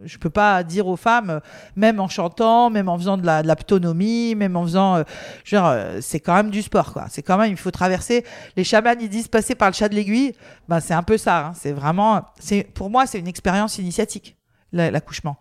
Je peux pas dire aux femmes, même en chantant, même en faisant de la ptonomie, même en faisant, c'est quand même du sport, quoi. C'est quand même, il faut traverser. Les chamans, ils disent passer par le chat de l'aiguille. Ben, c'est un peu ça. Hein. C'est vraiment, pour moi, c'est une expérience initiatique, l'accouchement.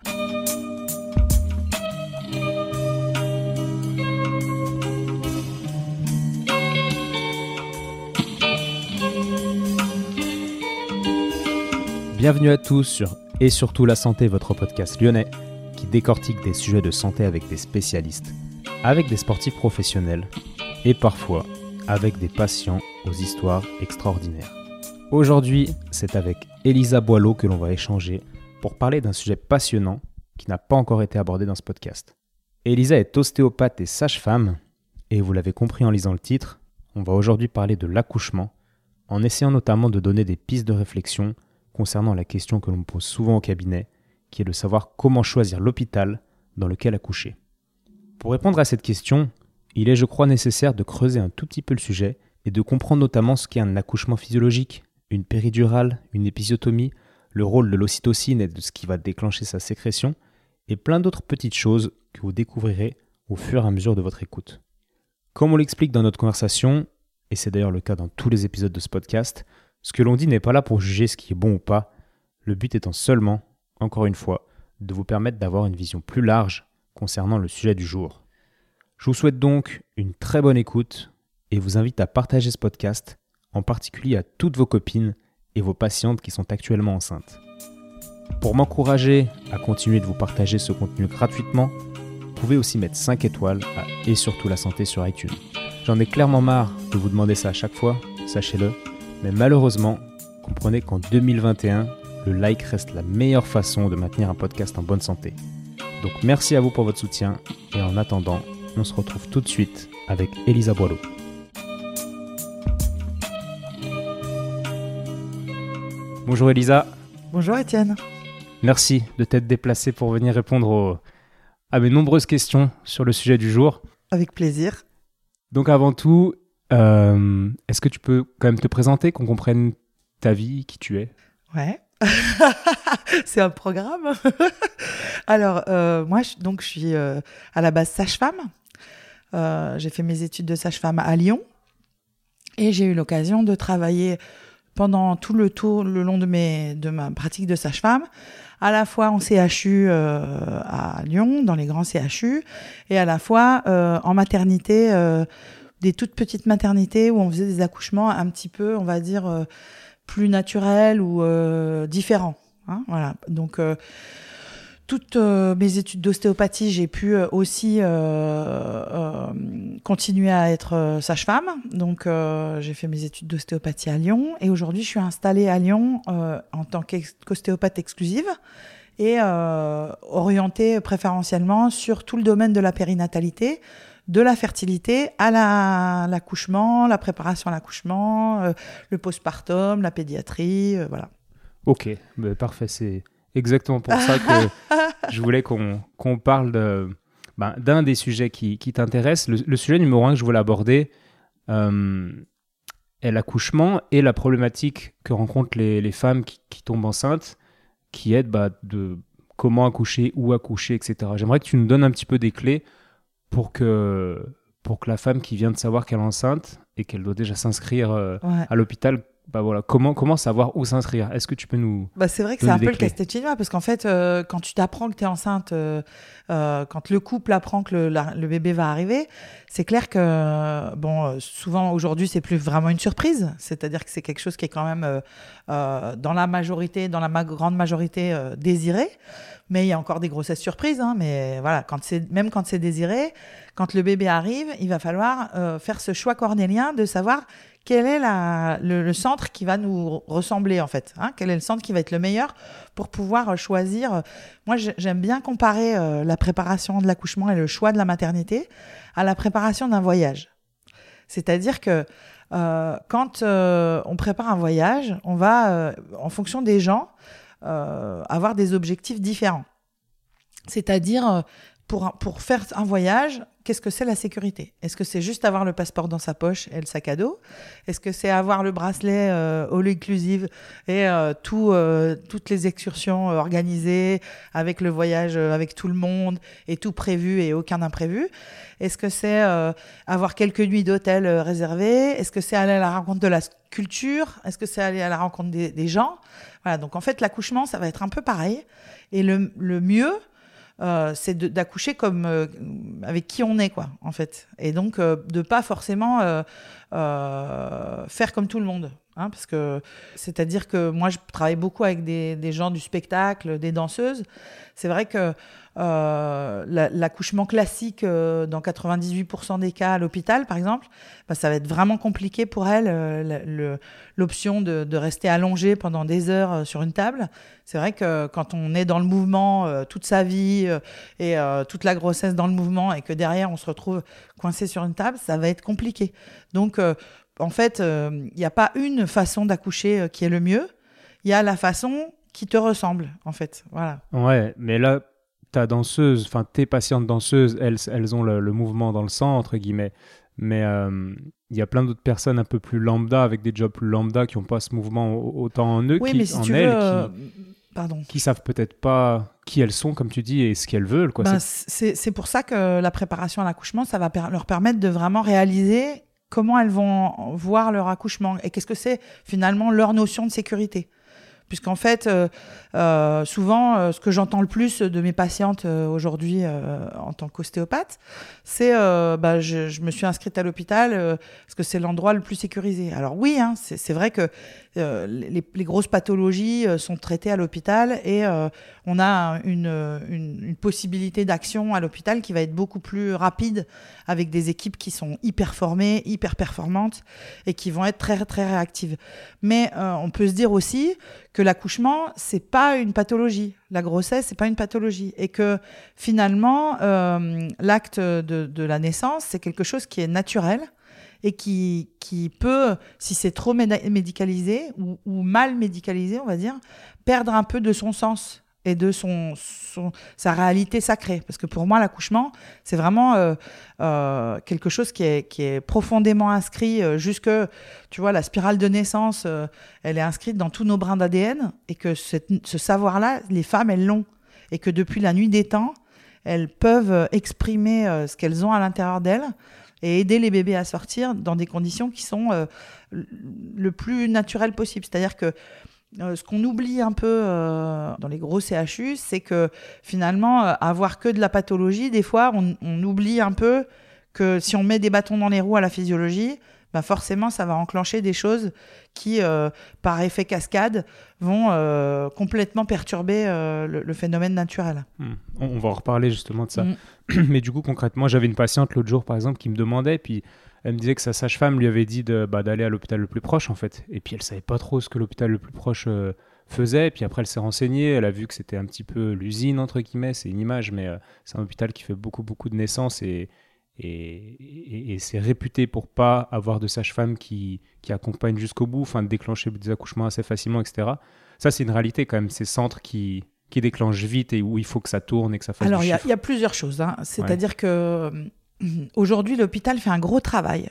Bienvenue à tous sur Et surtout la santé, votre podcast lyonnais qui décortique des sujets de santé avec des spécialistes, avec des sportifs professionnels et parfois avec des patients aux histoires extraordinaires. Aujourd'hui, c'est avec Elisa Boileau que l'on va échanger pour parler d'un sujet passionnant qui n'a pas encore été abordé dans ce podcast. Elisa est ostéopathe et sage-femme et vous l'avez compris en lisant le titre, on va aujourd'hui parler de l'accouchement en essayant notamment de donner des pistes de réflexion concernant la question que l'on me pose souvent au cabinet, qui est de savoir comment choisir l'hôpital dans lequel accoucher. Pour répondre à cette question, il est, je crois, nécessaire de creuser un tout petit peu le sujet et de comprendre notamment ce qu'est un accouchement physiologique, une péridurale, une épisiotomie, le rôle de l'ocytocine et de ce qui va déclencher sa sécrétion, et plein d'autres petites choses que vous découvrirez au fur et à mesure de votre écoute. Comme on l'explique dans notre conversation, et c'est d'ailleurs le cas dans tous les épisodes de ce podcast, ce que l'on dit n'est pas là pour juger ce qui est bon ou pas, le but étant seulement, encore une fois, de vous permettre d'avoir une vision plus large concernant le sujet du jour. Je vous souhaite donc une très bonne écoute et vous invite à partager ce podcast, en particulier à toutes vos copines et vos patientes qui sont actuellement enceintes. Pour m'encourager à continuer de vous partager ce contenu gratuitement, vous pouvez aussi mettre 5 étoiles à Et surtout la santé sur iTunes. J'en ai clairement marre de vous demander ça à chaque fois, sachez-le. Mais malheureusement, comprenez qu'en 2021, le like reste la meilleure façon de maintenir un podcast en bonne santé. Donc merci à vous pour votre soutien et en attendant, on se retrouve tout de suite avec Elisa Boileau. Bonjour Elisa. Bonjour Étienne. Merci de t'être déplacée pour venir répondre à mes nombreuses questions sur le sujet du jour. Avec plaisir. Donc avant tout, est-ce que tu peux quand même te présenter, qu'on comprenne ta vie, qui tu es ? Ouais, c'est un programme. Alors, moi, je suis à la base sage-femme. J'ai fait mes études de sage-femme à Lyon et j'ai eu l'occasion de travailler pendant tout le long de ma pratique de sage-femme, à la fois en CHU à Lyon, dans les grands CHU, et à la fois en maternité, des toutes petites maternités où on faisait des accouchements un petit peu, on va dire, plus naturels ou différents. Hein, voilà. Donc, toutes mes études d'ostéopathie, j'ai pu aussi continuer à être sage-femme. Donc, j'ai fait mes études d'ostéopathie à Lyon. Et aujourd'hui, je suis installée à Lyon en tant qu'ostéopathe exclusive et orientée préférentiellement sur tout le domaine de la périnatalité, de la fertilité à l'accouchement, la préparation à l'accouchement, le postpartum, la pédiatrie, voilà. Ok, bah, parfait, c'est exactement pour ça que je voulais qu'on parle d'un des sujets qui t'intéresse. Le sujet numéro 1 que je voulais aborder est l'accouchement et la problématique que rencontrent les femmes qui tombent enceintes, qui est de comment accoucher, où accoucher, etc. J'aimerais que tu nous donnes un petit peu des clés pour que la femme qui vient de savoir qu'elle est enceinte et qu'elle doit déjà s'inscrire à l'hôpital, comment savoir où s'inscrire ? Est-ce que tu peux nous c'est vrai que c'est un peu le casse-tête chinois, parce qu'en fait, quand tu t'apprends que tu es enceinte, quand le couple apprend que le bébé va arriver, c'est clair que, souvent aujourd'hui, c'est plus vraiment une surprise. C'est-à-dire que c'est quelque chose qui est quand même, dans la grande majorité, désiré. Mais il y a encore des grossesses surprises, hein, mais voilà, même quand c'est désiré, quand le bébé arrive, il va falloir faire ce choix cornélien de savoir quel est le centre qui va nous ressembler en fait, hein, quel est le centre qui va être le meilleur pour pouvoir choisir. Moi, j'aime bien comparer la préparation de l'accouchement et le choix de la maternité à la préparation d'un voyage. C'est-à-dire que quand on prépare un voyage, on va, en fonction des gens, avoir des objectifs différents. C'est-à-dire, pour faire un voyage, qu'est-ce que c'est la sécurité ? Est-ce que c'est juste avoir le passeport dans sa poche et le sac à dos ? Est-ce que c'est avoir le bracelet all inclusive et toutes les excursions organisées avec le voyage avec tout le monde et tout prévu et aucun imprévu ? Est-ce que c'est avoir quelques nuits d'hôtel réservées ? Est-ce que c'est aller à la rencontre de la culture ? Est-ce que c'est aller à la rencontre des gens ? Voilà, donc en fait, l'accouchement, ça va être un peu pareil. Et le mieux, c'est d'accoucher comme avec qui on est, quoi, en fait. Et donc, de pas forcément faire comme tout le monde. Hein, parce que, c'est-à-dire que moi, je travaille beaucoup avec des gens du spectacle, des danseuses. C'est vrai que l'accouchement classique, dans 98% des cas à l'hôpital, par exemple, ça va être vraiment compliqué pour elles, l'option de rester allongée pendant des heures sur une table. C'est vrai que quand on est dans le mouvement toute sa vie et toute la grossesse dans le mouvement et que derrière, on se retrouve coincé sur une table, ça va être compliqué. Donc, en fait, il n'y a pas une façon d'accoucher qui est le mieux. Il y a la façon qui te ressemble, en fait. Voilà. Ouais, mais là, ta danseuse, enfin tes patientes danseuses, elles ont le mouvement dans le sang, entre guillemets. Mais il y a plein d'autres personnes un peu plus lambda, avec des jobs plus lambda, qui n'ont pas ce mouvement autant en eux, oui, mais si tu veux, qui savent peut-être pas qui elles sont, comme tu dis, et ce qu'elles veulent, quoi. C'est pour ça que la préparation à l'accouchement, ça va leur permettre de vraiment réaliser comment elles vont voir leur accouchement et qu'est-ce que c'est finalement leur notion de sécurité. Puisqu'en fait, souvent, ce que j'entends le plus de mes patientes aujourd'hui en tant qu'ostéopathe, c'est je me suis inscrite à l'hôpital parce que c'est l'endroit le plus sécurisé. Alors oui, hein, c'est vrai que les grosses pathologies sont traitées à l'hôpital et on a une possibilité d'action à l'hôpital qui va être beaucoup plus rapide avec des équipes qui sont hyper formées, hyper performantes et qui vont être très, très réactives. Mais on peut se dire aussi que l'accouchement, c'est pas une pathologie. La grossesse, c'est pas une pathologie. Et que finalement, l'acte de la naissance, c'est quelque chose qui est naturel et qui peut, si c'est trop médicalisé ou mal médicalisé, on va dire, perdre un peu de son sens et de sa réalité sacrée. Parce que pour moi, l'accouchement, c'est vraiment quelque chose qui est profondément inscrit jusque, tu vois, la spirale de naissance, elle est inscrite dans tous nos brins d'ADN et que ce savoir-là, les femmes, elles l'ont. Et que depuis la nuit des temps, elles peuvent exprimer ce qu'elles ont à l'intérieur d'elles et aider les bébés à sortir dans des conditions qui sont le plus naturelles possible. C'est-à-dire que ce qu'on oublie un peu dans les gros CHU, c'est que finalement, avoir que de la pathologie, des fois, on oublie un peu que si on met des bâtons dans les roues à la physiologie, forcément, ça va enclencher des choses qui, par effet cascade, vont complètement perturber le phénomène naturel. On va en reparler justement de ça. Mais du coup, concrètement, j'avais une patiente l'autre jour, par exemple, qui me demandait, puis elle me disait que sa sage-femme lui avait dit d'aller à l'hôpital le plus proche, en fait. Et puis, elle ne savait pas trop ce que l'hôpital le plus proche faisait. Et puis après, elle s'est renseignée. Elle a vu que c'était un petit peu l'usine, entre guillemets. C'est une image, mais c'est un hôpital qui fait beaucoup, beaucoup de naissances et c'est réputé pour pas avoir de sage-femme qui accompagne jusqu'au bout, enfin de déclencher des accouchements assez facilement, etc. Ça, c'est une réalité quand même, ces centres qui déclenchent vite et où il faut que ça tourne et que ça fasse Alors, du chiffre. Alors, il y a plusieurs choses. Hein. C'est-à-dire que aujourd'hui, l'hôpital fait un gros travail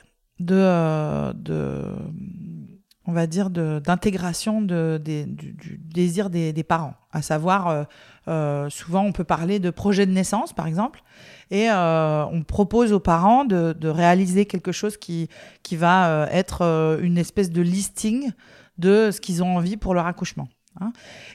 on va dire, d'intégration du désir des parents. À savoir, souvent, on peut parler de projet de naissance, par exemple, et on propose aux parents de réaliser quelque chose qui va être une espèce de listing de ce qu'ils ont envie pour leur accouchement. Hein.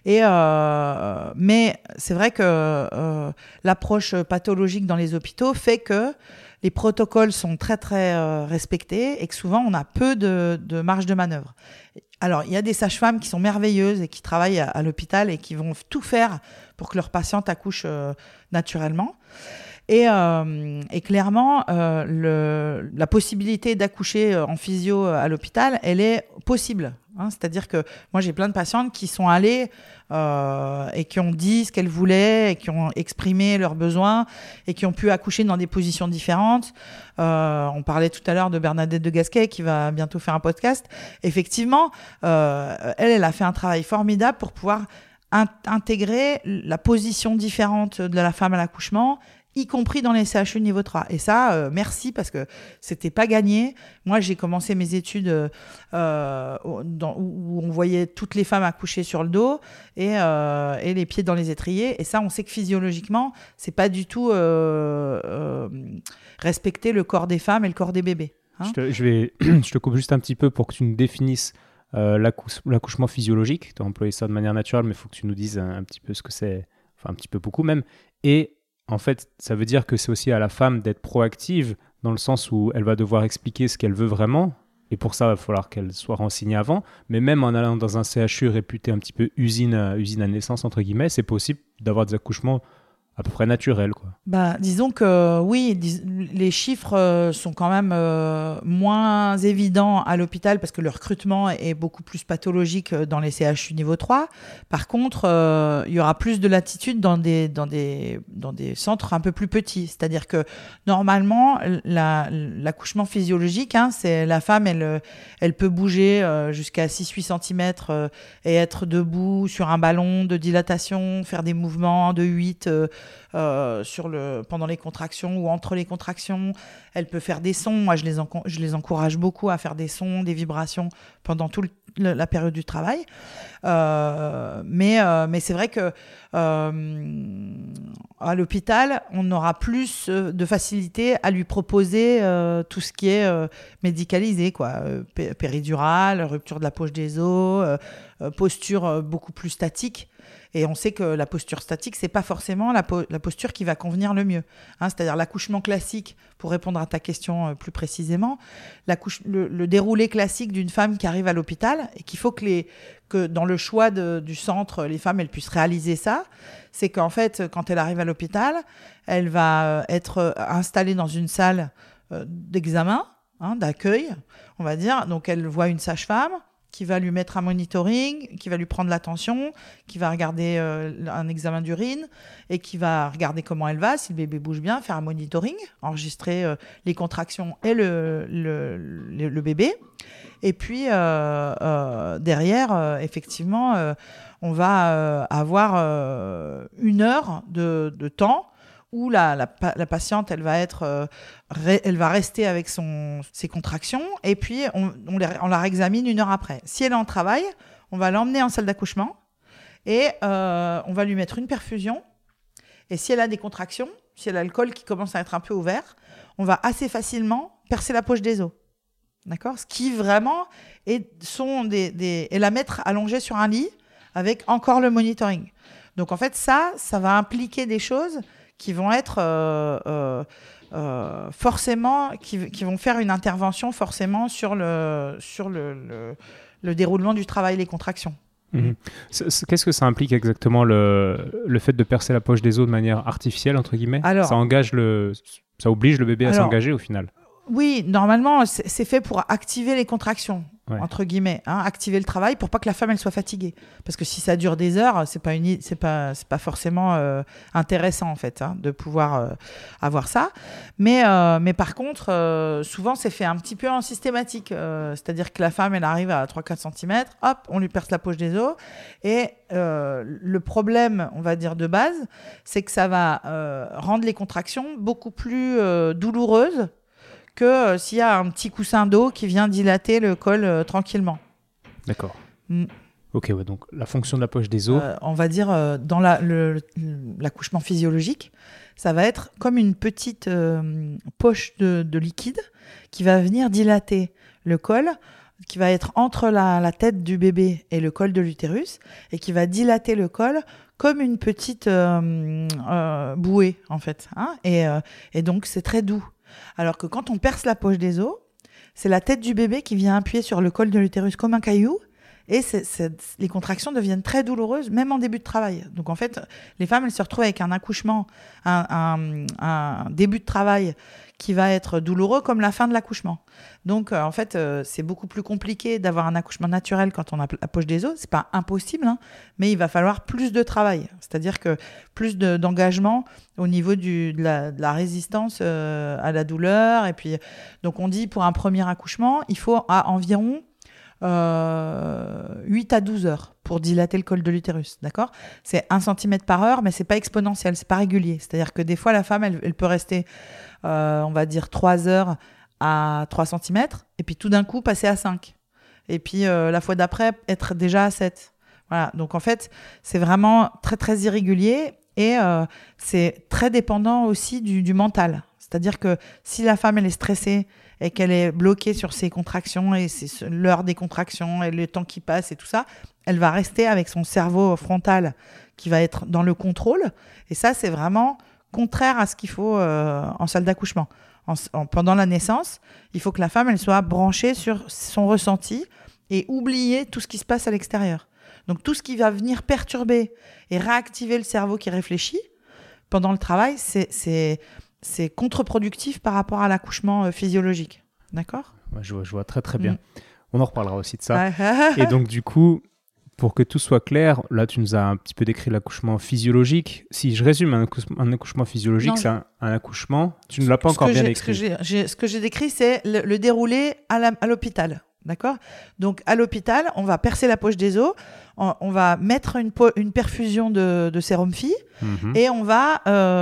Mais c'est vrai que l'approche pathologique dans les hôpitaux fait que les protocoles sont très, très respectés et que souvent, on a peu de marge de manœuvre. Alors, il y a des sages-femmes qui sont merveilleuses et qui travaillent à l'hôpital et qui vont tout faire pour que leurs patientes accouchent naturellement. Et clairement, la possibilité d'accoucher en physio à l'hôpital, elle est possible. Hein, c'est-à-dire que moi, j'ai plein de patientes qui sont allées et qui ont dit ce qu'elles voulaient et qui ont exprimé leurs besoins et qui ont pu accoucher dans des positions différentes. On parlait tout à l'heure de Bernadette de Gasquet qui va bientôt faire un podcast. Effectivement, elle a fait un travail formidable pour pouvoir intégrer la position différente de la femme à l'accouchement y compris dans les CHU niveau 3. Et ça, merci, parce que c'était pas gagné. Moi, j'ai commencé mes études où on voyait toutes les femmes accoucher sur le dos et les pieds dans les étriers. Et ça, on sait que physiologiquement, c'est pas du tout respecter le corps des femmes et le corps des bébés. Hein. Je te coupe juste un petit peu pour que tu nous définisses l'accouchement physiologique. Tu as employé ça de manière naturelle, mais il faut que tu nous dises un petit peu ce que c'est, enfin un petit peu beaucoup même. Et en fait, ça veut dire que c'est aussi à la femme d'être proactive, dans le sens où elle va devoir expliquer ce qu'elle veut vraiment. Et pour ça, il va falloir qu'elle soit renseignée avant. Mais même en allant dans un CHU réputé un petit peu usine à naissance, entre guillemets, c'est possible d'avoir des accouchements à peu près naturels, quoi. Disons que oui, les chiffres sont quand même moins évidents à l'hôpital, parce que le recrutement est beaucoup plus pathologique dans les CHU niveau 3. Par contre, il y aura plus de latitude dans des centres un peu plus petits. C'est-à-dire que normalement, l'accouchement physiologique, c'est la femme, elle peut bouger jusqu'à 6-8 cm et être debout sur un ballon de dilatation, faire des mouvements de 8 pendant les contractions ou entre les contractions. Elle peut faire des sons. Moi, je les encourage beaucoup à faire des sons, des vibrations pendant toute la période du travail. Mais c'est vrai que à l'hôpital, on aura plus de facilité à lui proposer tout ce qui est médicalisé, quoi. Péridurale, rupture de la poche des os, posture beaucoup plus statique. Et on sait que la posture statique, c'est pas forcément la posture qui va convenir le mieux. C'est-à-dire l'accouchement classique, pour répondre à ta question plus précisément, le déroulé classique d'une femme qui arrive à l'hôpital, et qu'il faut que dans le choix du centre, les femmes elles puissent réaliser ça, c'est qu'en fait, quand elle arrive à l'hôpital, elle va être installée dans une salle d'examen, d'accueil, on va dire. Donc elle voit une sage-femme qui va lui mettre un monitoring, qui va lui prendre la tension, qui va regarder un examen d'urine et qui va regarder comment elle va, si le bébé bouge bien, faire un monitoring, enregistrer les contractions et le bébé. Et puis, derrière, effectivement, on va avoir 1 heure de temps où la patiente, elle va rester avec ses contractions, et puis on la réexamine 1 heure après. Si elle est en travail, on va l'emmener en salle d'accouchement et on va lui mettre une perfusion. Et si elle a des contractions, si elle a le col qui commence à être un peu ouvert, on va assez facilement percer la poche des os. D'accord ? Ce qui vraiment et la mettre allongée sur un lit avec encore le monitoring. Donc en fait, ça va impliquer des choses qui vont être forcément, qui vont faire une intervention forcément sur le déroulement du travail, les contractions. Mmh. Qu'est-ce que ça implique exactement, le fait de percer la poche des os de manière artificielle, entre guillemets ? Ça oblige le bébé à s'engager au final ? Oui, normalement, c'est fait pour activer les contractions, entre guillemets, activer le travail pour pas que la femme elle soit fatiguée. Parce que si ça dure des heures, c'est pas forcément intéressant en fait, de pouvoir avoir ça. Mais par contre, souvent c'est fait un petit peu en systématique, c'est-à-dire que la femme elle arrive à 3-4 cm, hop, on lui perce la poche des os, et le problème, on va dire de base, c'est que ça va rendre les contractions beaucoup plus douloureuses que s'il y a un petit coussin d'eau qui vient dilater le col tranquillement. D'accord. Ok, ouais, donc la fonction de la poche des os... on va dire, dans l'accouchement physiologique, ça va être comme une petite poche de liquide qui va venir dilater le col, qui va être entre la tête du bébé et le col de l'utérus, et qui va dilater le col comme une petite bouée, en fait. Et donc, c'est très doux. Alors que quand on perce la poche des os, c'est la tête du bébé qui vient appuyer sur le col de l'utérus comme un caillou, et les contractions deviennent très douloureuses, même en début de travail. Donc en fait, les femmes, elles se retrouvent avec un accouchement, un début de travail qui va être douloureux comme la fin de l'accouchement. Donc en fait, c'est beaucoup plus compliqué d'avoir un accouchement naturel quand on a la poche des os. C'est pas impossible, mais il va falloir plus de travail. C'est-à-dire que plus d'engagement au niveau de la résistance à la douleur. Et puis, donc on dit pour un premier accouchement, il faut à environ 8 à 12 heures pour dilater le col de l'utérus, d'accord ? C'est 1 cm par heure, mais c'est pas exponentiel, c'est pas régulier. C'est-à-dire que des fois, la femme, elle peut rester, on va dire, 3 heures à 3 cm, et puis tout d'un coup, passer à 5. Et puis, la fois d'après, être déjà à 7. Voilà, donc en fait, c'est vraiment très, très irrégulier, et c'est très dépendant aussi du mental. C'est-à-dire que si la femme, elle est stressée, et qu'elle est bloquée sur ses contractions et c'est l'heure des contractions et le temps qui passe et tout ça, elle va rester avec son cerveau frontal qui va être dans le contrôle. Et ça, c'est vraiment contraire à ce qu'il faut en salle d'accouchement. Pendant la naissance, il faut que la femme elle soit branchée sur son ressenti et oublier tout ce qui se passe à l'extérieur. Donc tout ce qui va venir perturber et réactiver le cerveau qui réfléchit pendant le travail, c'est contre-productif par rapport à l'accouchement physiologique. D'accord ? Ouais, je vois très très bien. On en reparlera aussi de ça. Ouais. Et donc du coup, pour que tout soit clair, là tu nous as un petit peu décrit l'accouchement physiologique. Si je résume, un accouchement physiologique, c'est un accouchement. Tu ne l'as pas encore bien écrit. Ce que j'ai décrit, c'est le déroulé à l'hôpital. D'accord ? Donc à l'hôpital, on va percer la poche des os, on va mettre une perfusion de sérum Phi et on va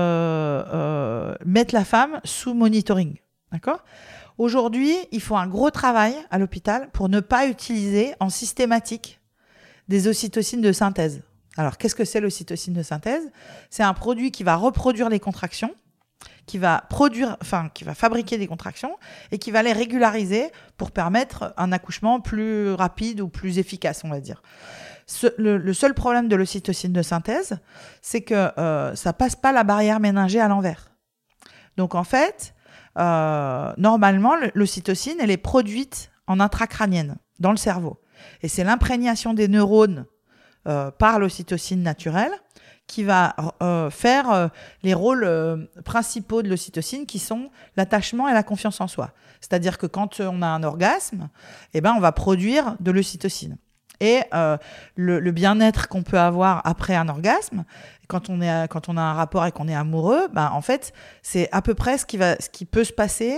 mettre la femme sous monitoring. D'accord ? Aujourd'hui, il faut un gros travail à l'hôpital pour ne pas utiliser en systématique des ocytocines de synthèse. Alors, qu'est-ce que c'est l'ocytocine de synthèse ? C'est un produit qui va reproduire les contractions, qui va fabriquer des contractions et qui va les régulariser pour permettre un accouchement plus rapide ou plus efficace, on va dire. Le seul problème de l'ocytocine de synthèse, c'est que ça passe pas la barrière méningée à l'envers. Donc en fait, normalement, l'ocytocine, elle est produite en intracrânienne, dans le cerveau. Et c'est l'imprégnation des neurones par l'ocytocine naturelle qui va faire les rôles principaux de l'ocytocine, qui sont l'attachement et la confiance en soi. C'est-à-dire que quand on a un orgasme, on va produire de l'ocytocine. Et le bien-être qu'on peut avoir après un orgasme, quand on a un rapport et qu'on est amoureux, en fait, c'est à peu près ce qui peut se passer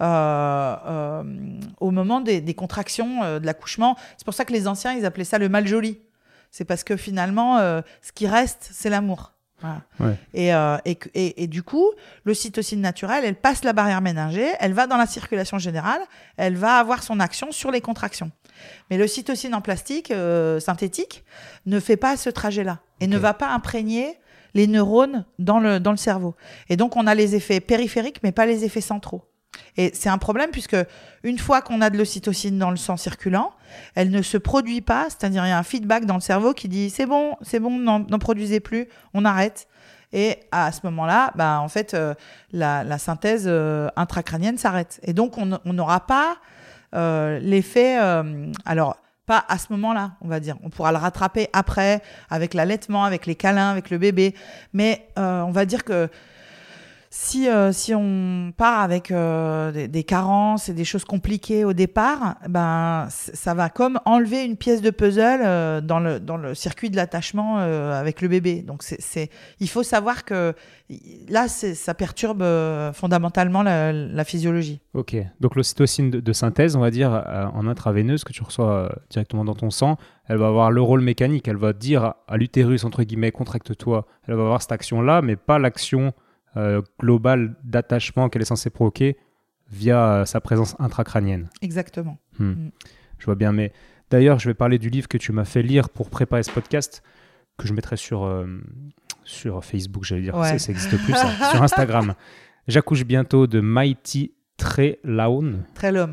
au moment des contractions de l'accouchement. C'est pour ça que les anciens, ils appelaient ça le mal joli. C'est parce que finalement, ce qui reste, c'est l'amour. Voilà. Ouais. Et du coup, l'ocytocine naturelle, elle passe la barrière méningée, elle va dans la circulation générale, elle va avoir son action sur les contractions. Mais l'ocytocine en plastique, synthétique, ne fait pas ce trajet-là et ne va pas imprégner les neurones dans le cerveau. Et donc, on a les effets périphériques, mais pas les effets centraux. Et c'est un problème puisque une fois qu'on a de l'ocytocine dans le sang circulant, elle ne se produit pas, c'est-à-dire il y a un feedback dans le cerveau qui dit c'est bon, n'en produisez plus, on arrête. Et à ce moment-là, en fait, la synthèse intracrânienne s'arrête. Et donc on n'aura pas l'effet, alors pas à ce moment-là, on va dire. On pourra le rattraper après avec l'allaitement, avec les câlins, avec le bébé. Mais on va dire que si on part avec des carences et des choses compliquées au départ, ça va comme enlever une pièce de puzzle dans le circuit de l'attachement avec le bébé. Donc il faut savoir que là, ça perturbe fondamentalement la physiologie. Ok, donc l'ocytocine de synthèse, on va dire, en intraveineuse, que tu reçois directement dans ton sang, elle va avoir le rôle mécanique, elle va dire à l'utérus, entre guillemets, contracte-toi. Elle va avoir cette action-là, mais pas l'action globale d'attachement qu'elle est censée provoquer via sa présence intracrânienne. Exactement. Je vois bien, mais d'ailleurs, je vais parler du livre que tu m'as fait lire pour préparer ce podcast, que je mettrai sur Facebook, j'allais dire, ça n'existe plus, ça, sur Instagram. J'accouche bientôt de Maïti Trelawne.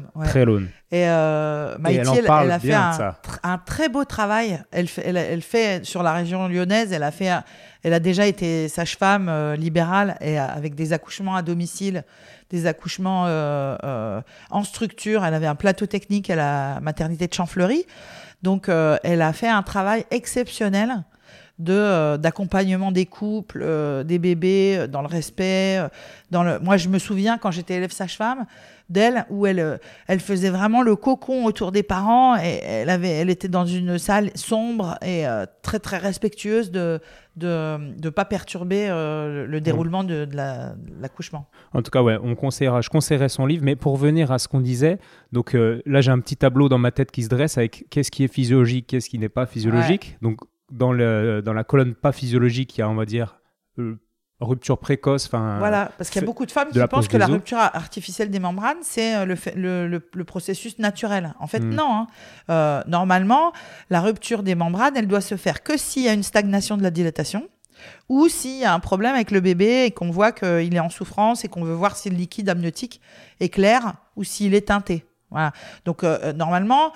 Et Maïti, elle a fait un très beau travail. Elle fait sur la région lyonnaise, elle a déjà été sage-femme libérale et avec des accouchements à domicile, des accouchements en structure. Elle avait un plateau technique à la maternité de Champfleury. Donc, elle a fait un travail exceptionnel d'accompagnement des couples, des bébés, dans le respect. Moi, je me souviens quand j'étais élève sage-femme d'elle, où elle faisait vraiment le cocon autour des parents et elle était dans une salle sombre et très très respectueuse de pas perturber le déroulement de l'accouchement. En tout cas, ouais, je conseillerais son livre, mais pour revenir à ce qu'on disait, donc là j'ai un petit tableau dans ma tête qui se dresse avec qu'est-ce qui est physiologique, qu'est-ce qui n'est pas physiologique. Ouais. Donc dans la colonne pas physiologique, il y a, on va dire, rupture précoce. Voilà, parce qu'il y a beaucoup de femmes qui pensent que la rupture artificielle des membranes, c'est le processus naturel. En fait, non. Normalement, la rupture des membranes, elle doit se faire que s'il y a une stagnation de la dilatation ou s'il y a un problème avec le bébé et qu'on voit qu'il est en souffrance et qu'on veut voir si le liquide amniotique est clair ou s'il est teinté. Voilà. Donc normalement,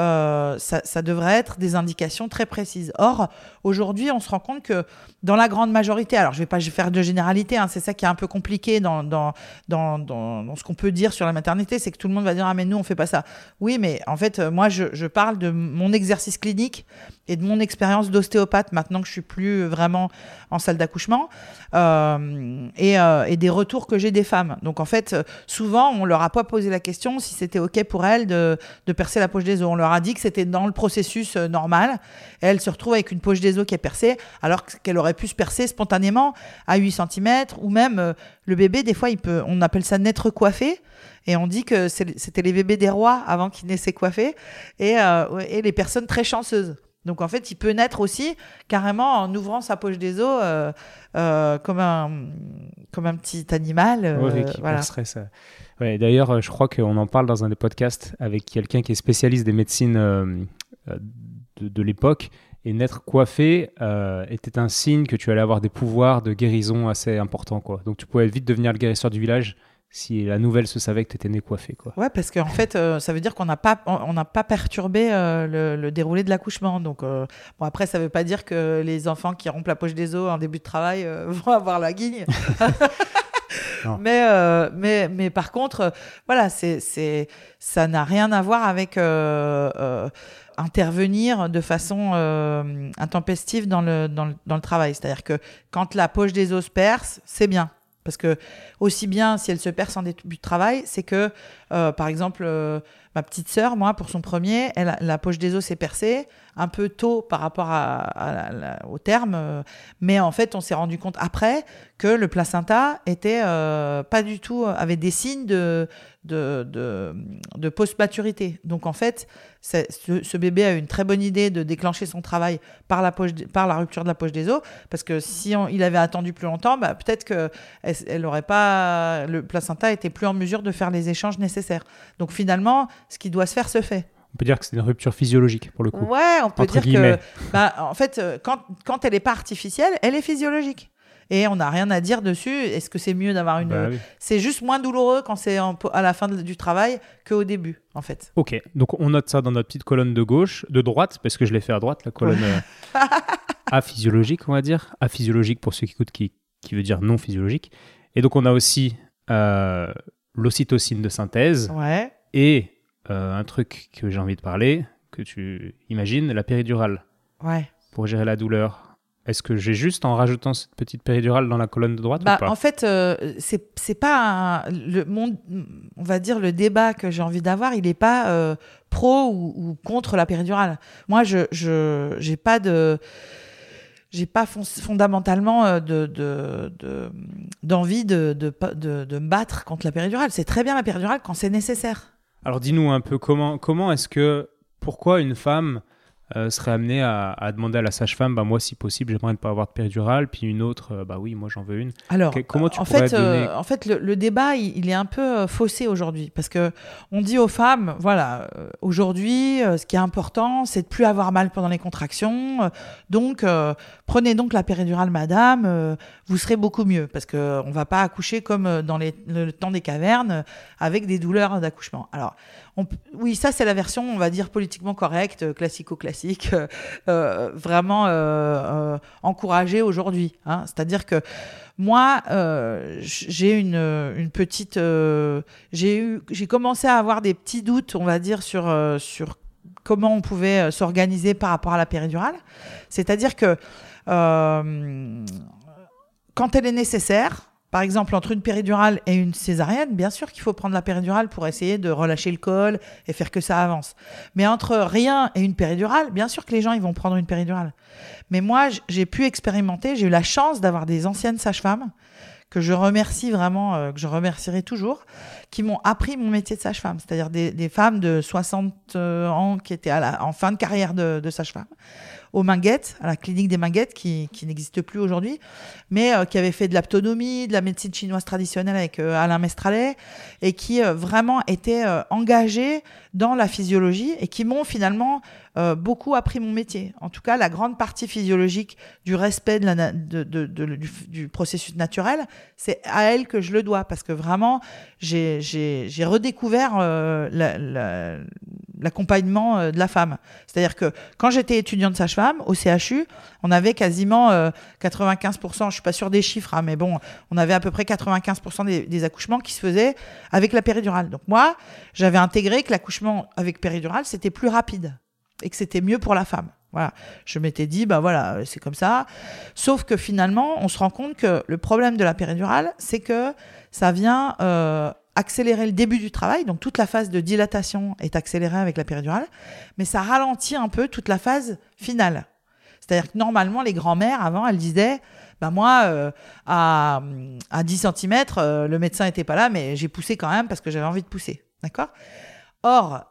ça devrait être des indications très précises. Or, aujourd'hui, on se rend compte que dans la grande majorité, alors je vais pas faire de généralité, c'est ça qui est un peu compliqué dans ce qu'on peut dire sur la maternité, c'est que tout le monde va dire « Ah mais nous, on fait pas ça ». Oui, mais en fait, moi, je parle de mon exercice clinique et de mon expérience d'ostéopathe maintenant que je suis plus vraiment en salle d'accouchement et des retours que j'ai des femmes. Donc en fait, souvent, on leur a pas posé la question si c'était OK pour elles de percer la poche des os. On leur a dit que c'était dans le processus normal. Et elles se retrouvent avec une poche des os qui est percée alors qu'elle aurait pu se percer spontanément à 8 cm ou même le bébé, des fois, on appelle ça naître coiffé. Et on dit que c'était les bébés des rois avant qu'ils naissaient coiffés et les personnes très chanceuses. Donc, en fait, il peut naître aussi carrément en ouvrant sa poche des os comme un petit animal. Oui, qui penserait ça. Ouais, d'ailleurs, je crois qu'on en parle dans un des podcasts avec quelqu'un qui est spécialiste des médecines de l'époque. Et naître coiffé était un signe que tu allais avoir des pouvoirs de guérison assez importants, quoi. Donc, tu pouvais vite devenir le guérisseur du village si la nouvelle se savait que tu étais né coiffé, quoi. Ouais, parce qu'en fait, ça veut dire qu'on n'a pas perturbé le déroulé de l'accouchement. Donc, bon, après, ça ne veut pas dire que les enfants qui rompent la poche des os en début de travail vont avoir la guigne. Mais par contre, voilà, ça n'a rien à voir avec intervenir de façon intempestive dans le travail. C'est-à-dire que quand la poche des os se perce, c'est bien. Parce que aussi bien si elle se perce en début de travail, c'est que, par exemple, ma petite sœur, moi, pour son premier, la poche des os s'est percée un peu tôt par rapport au terme, mais en fait, on s'est rendu compte après que le placenta était pas du tout, avait des signes de post-maturité. Donc en fait, ce bébé a eu une très bonne idée de déclencher son travail par la rupture de la poche des os, parce que si il avait attendu plus longtemps, peut-être que le placenta était plus en mesure de faire les échanges nécessaires. Donc finalement, ce qui doit se faire se fait. On peut dire que c'est une rupture physiologique pour le coup. Ouais, on peut dire guillemets. Que, en fait, quand elle n'est pas artificielle, elle est physiologique. Et on n'a rien à dire dessus. Est-ce que c'est mieux d'avoir une... Oui. C'est juste moins douloureux quand c'est à la fin du travail qu'au début, en fait. Ok, donc on note ça dans notre petite colonne de droite, parce que je l'ai fait à droite, la colonne aphysiologique, on va dire. Aphysiologique pour ceux qui écoutent, qui veut dire non physiologique. Et donc on a aussi l'ocytocine de synthèse. Ouais. Et un truc que j'ai envie de parler, que tu imagines, la péridurale. Ouais. Pour gérer la douleur. Est-ce que j'ai juste en rajoutant cette petite péridurale dans la colonne de droite ou pas ? En fait, c'est pas on va dire le débat que j'ai envie d'avoir, il n'est pas pro ou contre la péridurale. Moi, j'ai pas fondamentalement d'envie de me battre contre la péridurale. C'est très bien la péridurale quand c'est nécessaire. Alors dis-nous un peu pourquoi une femme serait amenée à demander à la sage-femme, moi si possible j'aimerais ne pas avoir de péridurale, puis une autre, oui moi j'en veux une. Alors, comment tu pourrais donner... en fait le débat il est un peu faussé aujourd'hui, parce que on dit aux femmes, voilà, aujourd'hui ce qui est important c'est de plus avoir mal pendant les contractions, donc prenez donc la péridurale madame, vous serez beaucoup mieux, parce qu'on ne va pas accoucher comme dans le temps des cavernes avec des douleurs d'accouchement. Alors oui, ça c'est la version, on va dire, politiquement correcte, classico-classique, vraiment encouragée aujourd'hui. C'est-à-dire que moi, j'ai une petite... j'ai commencé à avoir des petits doutes, on va dire, sur comment on pouvait s'organiser par rapport à la péridurale. C'est-à-dire que quand elle est nécessaire, par exemple, entre une péridurale et une césarienne, bien sûr qu'il faut prendre la péridurale pour essayer de relâcher le col et faire que ça avance. Mais entre rien et une péridurale, bien sûr que les gens ils vont prendre une péridurale. Mais moi, j'ai pu expérimenter, j'ai eu la chance d'avoir des anciennes sages-femmes que je remercie vraiment, que je remercierai toujours, qui m'ont appris mon métier de sage-femme. C'est-à-dire des femmes de 60 ans qui étaient en fin de carrière de sage-femme, aux Minguettes, à la clinique des Minguettes, qui n'existe plus aujourd'hui, mais qui avaient fait de l'aptonomie, de la médecine chinoise traditionnelle avec Alain Mestralet, et qui vraiment étaient engagées dans la physiologie et qui m'ont finalement beaucoup appris mon métier. En tout cas, la grande partie physiologique du respect du processus naturel, c'est à elle que je le dois, parce que vraiment, j'ai redécouvert l'accompagnement de la femme. C'est-à-dire que quand j'étais étudiante sage-femme au CHU, on avait quasiment 95%, je ne suis pas sûre des chiffres, mais bon, on avait à peu près 95% des accouchements qui se faisaient avec la péridurale. Donc moi, j'avais intégré que l'accouchement avec péridurale, c'était plus rapide et que c'était mieux pour la femme. Voilà. Je m'étais dit, voilà, c'est comme ça. Sauf que finalement, on se rend compte que le problème de la péridurale, c'est que ça vient accélérer le début du travail. Donc, toute la phase de dilatation est accélérée avec la péridurale, mais ça ralentit un peu toute la phase finale. C'est-à-dire que normalement, les grand-mères, avant, elles disaient, moi, à 10 cm, le médecin n'était pas là, mais j'ai poussé quand même parce que j'avais envie de pousser. D'accord ? Or,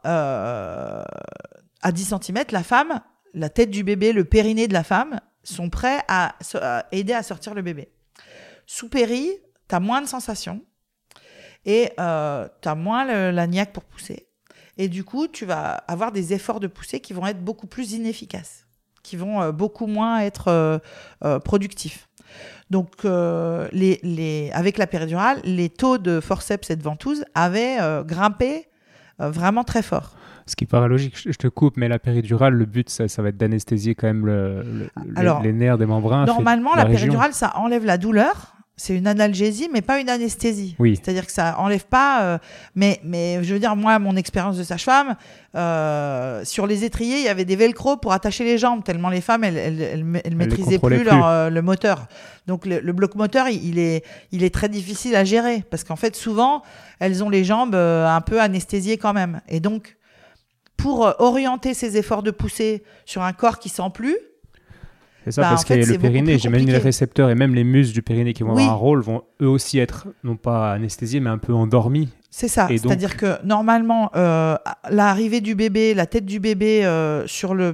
à 10 cm, la femme, la tête du bébé, le périnée de la femme sont prêts à aider à sortir le bébé. Sous péri, tu as moins de sensations et tu as moins la niaque pour pousser. Et du coup, tu vas avoir des efforts de poussée qui vont être beaucoup plus inefficaces, qui vont beaucoup moins être productifs. Donc, avec la péridurale, les taux de forceps et de ventouse avaient grimpé vraiment très fort. Ce qui paraît logique, je te coupe, mais la péridurale, le but, ça va être d'anesthésier quand même les nerfs des membranes. Normalement, la péridurale, ça enlève la douleur. C'est une analgésie, mais pas une anesthésie. Oui. C'est-à-dire que ça enlève pas... mais je veux dire, moi, mon expérience de sage-femme, sur les étriers, il y avait des velcro pour attacher les jambes, tellement les femmes, elles maîtrisaient plus le moteur. Donc, le bloc moteur, il est très difficile à gérer, parce qu'en fait, souvent, elles ont les jambes un peu anesthésiées quand même. Et donc, pour orienter ces efforts de poussée sur un corps qui sent plus... C'est ça, parce qu'il y a le périnée, j'imagine les récepteurs et même les muscles du périnée qui vont avoir un rôle vont eux aussi être, non pas anesthésiés, mais un peu endormis. C'est ça, c'est-à-dire que normalement, l'arrivée du bébé, la tête du bébé sur le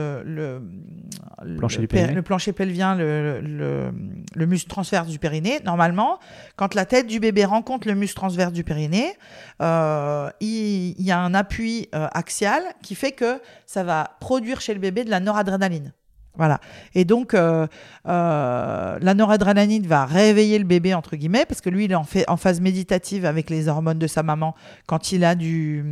plancher pelvien, le muscle transverse du périnée, normalement, quand la tête du bébé rencontre le muscle transverse du périnée, il y a un appui axial qui fait que ça va produire chez le bébé de la noradrénaline. Voilà. Et donc, la noradrénaline va réveiller le bébé, entre guillemets, parce que lui, il est en phase méditative avec les hormones de sa maman quand il a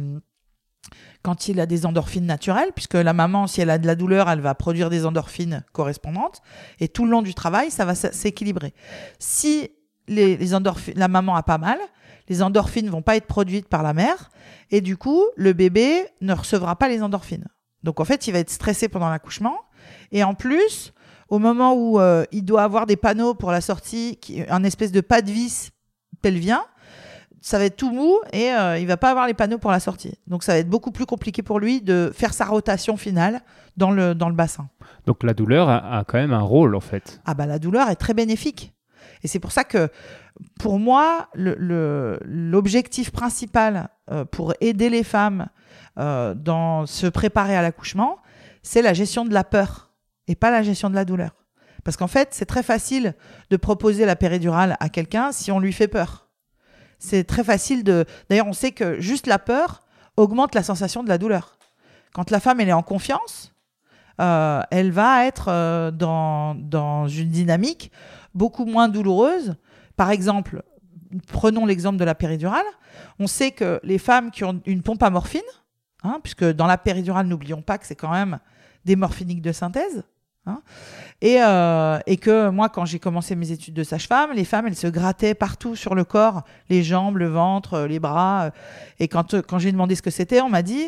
des endorphines naturelles, puisque la maman, si elle a de la douleur, elle va produire des endorphines correspondantes. Et tout le long du travail, ça va s'équilibrer. Si la maman a pas mal, les endorphines vont pas être produites par la mère, et du coup, le bébé ne recevra pas les endorphines. Donc, en fait, il va être stressé pendant l'accouchement. Et en plus, au moment où il doit avoir des panneaux pour la sortie, un espèce de pas de vis pelvien, ça va être tout mou et il va pas avoir les panneaux pour la sortie. Donc, ça va être beaucoup plus compliqué pour lui de faire sa rotation finale dans le bassin. Donc, la douleur a quand même un rôle, en fait. La douleur est très bénéfique. Et c'est pour ça que, pour moi, l'objectif principal pour aider les femmes dans se préparer à l'accouchement, c'est la gestion de la peur et pas la gestion de la douleur. Parce qu'en fait, c'est très facile de proposer la péridurale à quelqu'un si on lui fait peur. C'est très facile D'ailleurs, on sait que juste la peur augmente la sensation de la douleur. Quand la femme elle est en confiance, elle va être dans une dynamique beaucoup moins douloureuse. Par exemple, prenons l'exemple de la péridurale. On sait que les femmes qui ont une pompe à morphine, puisque dans la péridurale, n'oublions pas que c'est quand même des morphiniques de synthèse. Et que moi, quand j'ai commencé mes études de sage-femme, les femmes, elles se grattaient partout sur le corps, les jambes, le ventre, les bras. Et quand j'ai demandé ce que c'était, on m'a dit,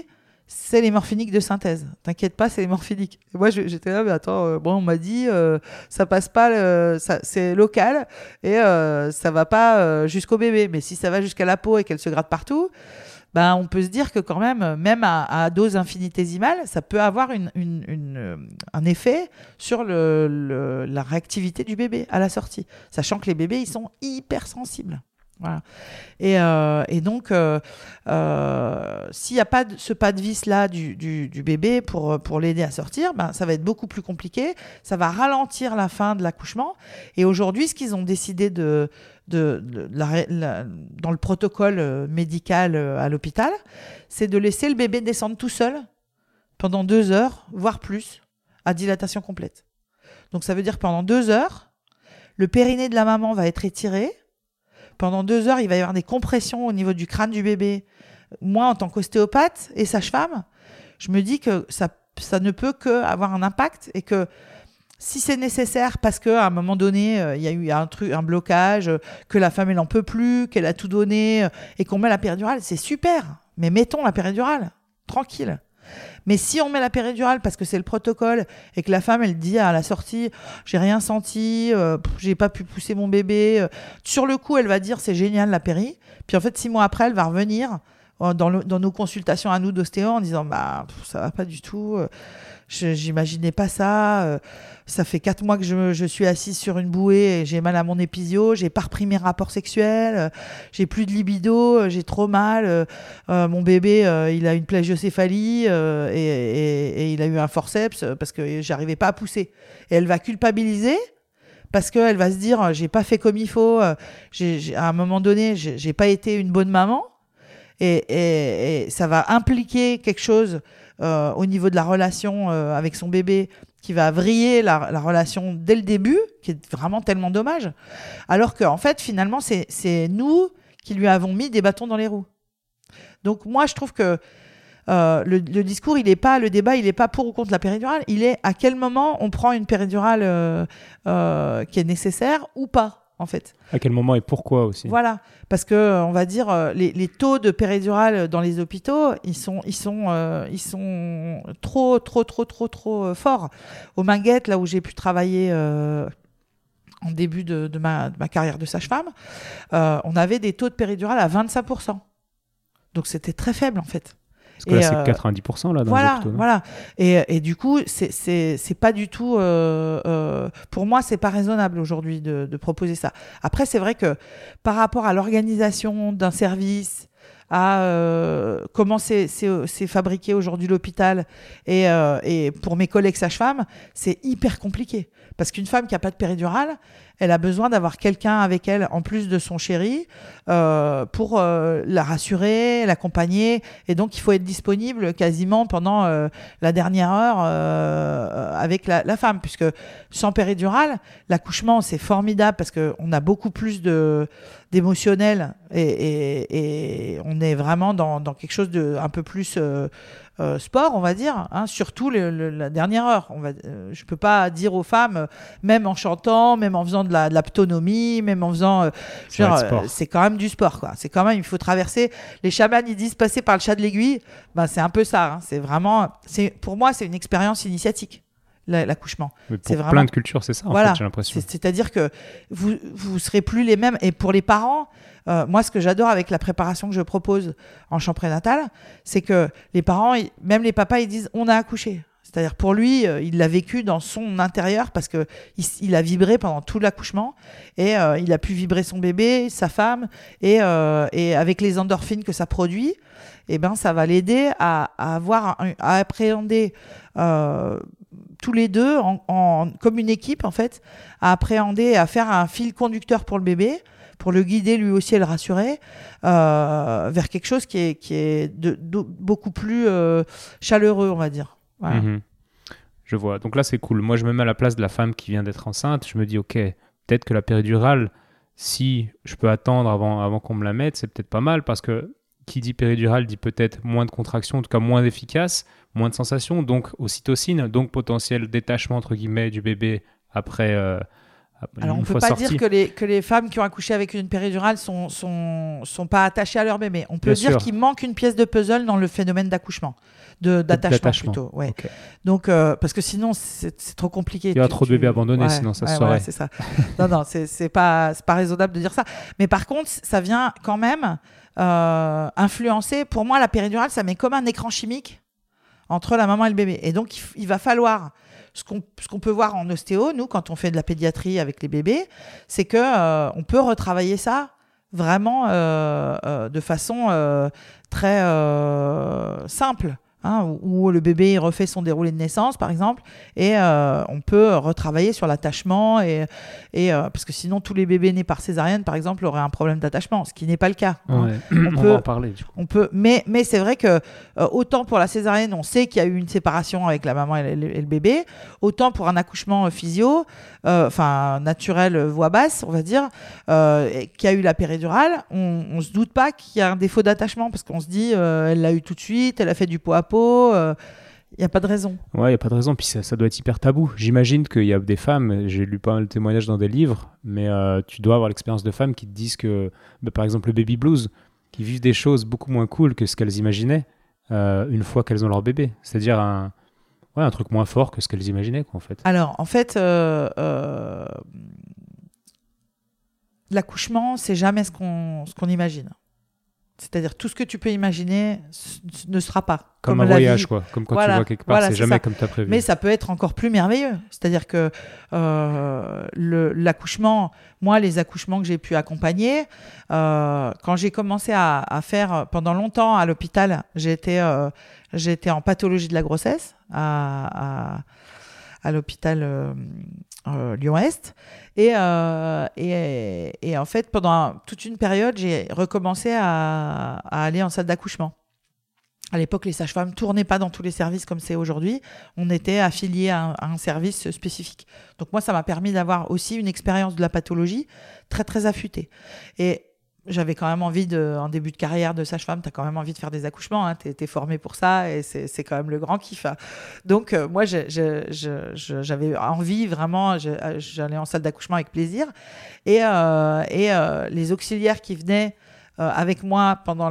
c'est les morphiniques de synthèse. T'inquiète pas, c'est les morphiniques. Et moi, j'étais là, mais attends, bon, on m'a dit, ça passe pas, c'est local et ça va pas jusqu'au bébé. Mais si ça va jusqu'à la peau et qu'elle se gratte partout, ben, on peut se dire que quand même à dose infinitésimale, ça peut avoir un effet sur la réactivité du bébé à la sortie. Sachant que les bébés, ils sont hyper sensibles. Voilà. Et donc, s'il n'y a pas ce pas de vis là du bébé pour l'aider à sortir, ben, ça va être beaucoup plus compliqué. Ça va ralentir la fin de l'accouchement. Et aujourd'hui, ce qu'ils ont décidé dans le protocole médical à l'hôpital, c'est de laisser le bébé descendre tout seul pendant 2 heures, voire plus, à dilatation complète. Donc, ça veut dire que pendant 2 heures, le périnée de la maman va être étiré. Pendant 2 heures, il va y avoir des compressions au niveau du crâne du bébé. Moi, en tant qu'ostéopathe et sage-femme, je me dis que ça ne peut qu'avoir un impact et que si c'est nécessaire parce qu'à un moment donné, il y a eu un blocage, que la femme, elle n'en peut plus, qu'elle a tout donné et qu'on met la péridurale, c'est super. Mais mettons la péridurale, tranquille. Mais si on met la péridurale parce que c'est le protocole et que la femme, elle dit à la sortie, j'ai rien senti, j'ai pas pu pousser mon bébé, sur le coup, elle va dire c'est génial la péri. Puis en fait, 6 mois après, elle va revenir dans nos consultations à nous d'ostéo en disant bah ça va pas du tout, j'imaginais pas ça. Ça fait 4 mois que je suis assise sur une bouée et j'ai mal à mon épisio, j'ai pas repris mes rapports sexuels, j'ai plus de libido, j'ai trop mal, mon bébé il a une plagiocéphalie et il a eu un forceps parce que j'arrivais pas à pousser. Et elle va culpabiliser parce qu'elle va se dire j'ai pas fait comme il faut, à un moment donné j'ai pas été une bonne maman et ça va impliquer quelque chose au niveau de la relation avec son bébé qui va vriller la relation dès le début, qui est vraiment tellement dommage. Alors qu'en fait, finalement, c'est nous qui lui avons mis des bâtons dans les roues. Donc moi, je trouve que le discours, le débat, il n'est pas pour ou contre la péridurale, il est à quel moment on prend une péridurale qui est nécessaire ou pas. En fait. À quel moment et pourquoi aussi. Voilà, parce que on va dire les taux de péridurale dans les hôpitaux, ils sont trop forts. Au Minguette, là où j'ai pu travailler en début de ma carrière de sage-femme, on avait des taux de péridurale à 25%. Donc c'était très faible en fait. Parce que là, c'est 90% là, dans les hôpitaux. Voilà. Et du coup, c'est pas du tout... pour moi, c'est pas raisonnable aujourd'hui de proposer ça. Après, c'est vrai que par rapport à l'organisation d'un service, à comment c'est fabriqué aujourd'hui l'hôpital, et pour mes collègues sages-femmes, c'est hyper compliqué. Parce qu'une femme qui n'a pas de péridurale, elle a besoin d'avoir quelqu'un avec elle, en plus de son chéri, pour la rassurer, l'accompagner. Et donc, il faut être disponible quasiment pendant la dernière heure avec la femme. Puisque sans péridurale, l'accouchement, c'est formidable parce qu'on a beaucoup plus d'émotionnel et on est vraiment dans quelque chose de un peu plus... sport, on va dire, hein, surtout la dernière heure. Je peux pas dire aux femmes, même en chantant, même en faisant de l'autonomie, même en faisant... c'est quand même du sport, quoi. C'est quand même, il faut traverser... Les chamans, ils disent passer par le chat de l'aiguille. Ben, c'est un peu ça. Hein. C'est vraiment... Pour moi, c'est une expérience initiatique. L'accouchement. Mais pour c'est vraiment... plein de cultures, c'est ça, en fait, j'ai l'impression. C'est-à-dire que vous serez plus les mêmes. Et pour les parents, moi, ce que j'adore avec la préparation que je propose en champ prénatal, c'est que les parents, même les papas, ils disent « on a accouché ». C'est-à-dire pour lui, il l'a vécu dans son intérieur parce qu'il a vibré pendant tout l'accouchement et il a pu vibrer son bébé, sa femme et avec les endorphines que ça produit, eh ben, ça va l'aider à appréhender tous les deux comme une équipe en fait, à appréhender, à faire un fil conducteur pour le bébé, pour le guider lui aussi et le rassurer vers quelque chose qui est beaucoup plus chaleureux, on va dire. Voilà. Mmh. Je vois. Donc là, c'est cool. Moi, je me mets à la place de la femme qui vient d'être enceinte. Je me dis, ok, peut-être que la péridurale, si je peux attendre avant qu'on me la mette, c'est peut-être pas mal parce que qui dit péridurale dit peut-être moins de contractions, en tout cas moins efficace, moins de sensations, donc ocytocine, donc potentiel détachement entre guillemets du bébé après Alors, on ne peut pas dire que les femmes qui ont accouché avec une péridurale sont pas attachées à leur bébé. On peut dire qu'il manque une pièce de puzzle dans le phénomène d'accouchement. D'attachement plutôt. Ouais. Okay. Donc, parce que sinon, c'est trop compliqué. Il y a trop de bébés abandonnés, sinon ça se saurait. C'est ça. non, c'est pas raisonnable de dire ça. Mais par contre, ça vient quand même influencer. Pour moi, la péridurale, ça met comme un écran chimique entre la maman et le bébé. Et donc, il va falloir... Ce qu'on peut voir en ostéo, nous, quand on fait de la pédiatrie avec les bébés, c'est qu'on peut retravailler ça vraiment de façon très simple. Où le bébé refait son déroulé de naissance, par exemple, et on peut retravailler sur l'attachement, parce que sinon, tous les bébés nés par césarienne, par exemple, auraient un problème d'attachement, ce qui n'est pas le cas. Ouais. On va en parler, du coup. Mais c'est vrai que autant pour la césarienne, on sait qu'il y a eu une séparation avec la maman et le bébé, autant pour un accouchement physio, naturel, voix basse, on va dire, qui a eu la péridurale, on se doute pas qu'il y a un défaut d'attachement, parce qu'on se dit, elle l'a eu tout de suite, elle a fait du pot à pot, il n'y a pas de raison. Ouais, il n'y a pas de raison, puis ça doit être hyper tabou. J'imagine qu'il y a des femmes, j'ai lu pas mal de témoignages dans des livres, mais tu dois avoir l'expérience de femmes qui te disent que, par exemple, le baby blues, qui vivent des choses beaucoup moins cool que ce qu'elles imaginaient une fois qu'elles ont leur bébé. C'est-à-dire un truc moins fort que ce qu'elles imaginaient, quoi, en fait. Alors, en fait, l'accouchement, c'est jamais ce qu'on imagine. C'est-à-dire tout ce que tu peux imaginer ne sera pas. Comme un voyage, quoi. Comme quand tu vois quelque part, c'est jamais comme tu as prévu. Mais ça peut être encore plus merveilleux. C'est-à-dire que l'accouchement, moi, les accouchements que j'ai pu accompagner, quand j'ai commencé à faire pendant longtemps à l'hôpital, j'ai été en pathologie de la grossesse à l'hôpital Lyon-Est. Et en fait, pendant toute une période, j'ai recommencé à aller en salle d'accouchement. À l'époque, les sages-femmes ne tournaient pas dans tous les services comme c'est aujourd'hui. On était affiliés à un service spécifique. Donc moi, ça m'a permis d'avoir aussi une expérience de la pathologie très, très affûtée. Et j'avais quand même envie en début de carrière de sage-femme, tu as quand même envie de faire des accouchements, tu es formée pour ça et c'est quand même le grand kiff. Donc moi, j'avais envie vraiment, j'allais en salle d'accouchement avec plaisir. Et les auxiliaires qui venaient avec moi pendant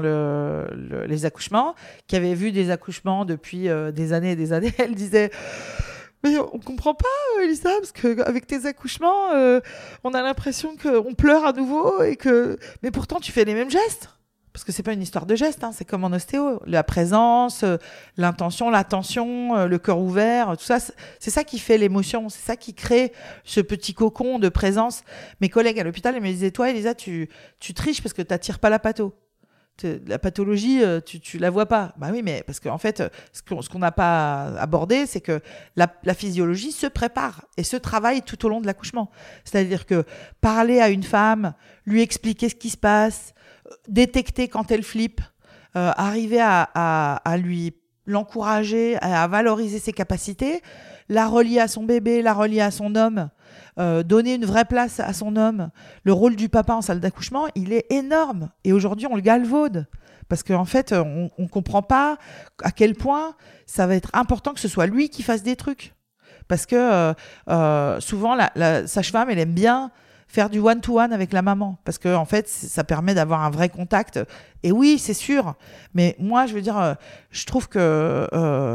les accouchements, qui avaient vu des accouchements depuis des années et des années, elles disaient... Mais on comprend pas, Elisa, parce qu'avec tes accouchements, on a l'impression qu'on pleure à nouveau mais pourtant tu fais les mêmes gestes. Parce que c'est pas une histoire de gestes, c'est comme en ostéo. La présence, l'intention, l'attention, le cœur ouvert, tout ça, c'est ça qui fait l'émotion, c'est ça qui crée ce petit cocon de présence. Mes collègues à l'hôpital, ils me disaient, toi, Elisa, tu triches parce que t'attires pas la patho. La pathologie, tu la vois pas. Bah oui, mais parce qu'en fait, ce qu'on n'a pas abordé, c'est que la physiologie se prépare et se travaille tout au long de l'accouchement. C'est-à-dire que parler à une femme, lui expliquer ce qui se passe, détecter quand elle flippe, arriver à lui l'encourager, à valoriser ses capacités, la relier à son bébé, la relier à son homme, donner une vraie place à son homme. Le rôle du papa en salle d'accouchement, il est énorme. Et aujourd'hui, on le galvaude. Parce qu'en fait, on ne comprend pas à quel point ça va être important que ce soit lui qui fasse des trucs. Parce que souvent, la sage-femme, elle aime bien faire du one-to-one avec la maman. Parce que en fait, ça permet d'avoir un vrai contact. Et oui, c'est sûr. Mais moi, je veux dire, je trouve que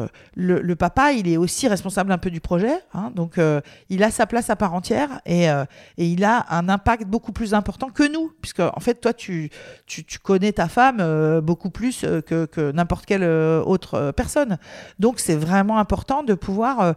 le papa, il est aussi responsable un peu du projet. Donc, il a sa place à part entière et il a un impact beaucoup plus important que nous. Puisque, en fait, toi, tu connais ta femme beaucoup plus que n'importe quelle autre personne. Donc, c'est vraiment important de pouvoir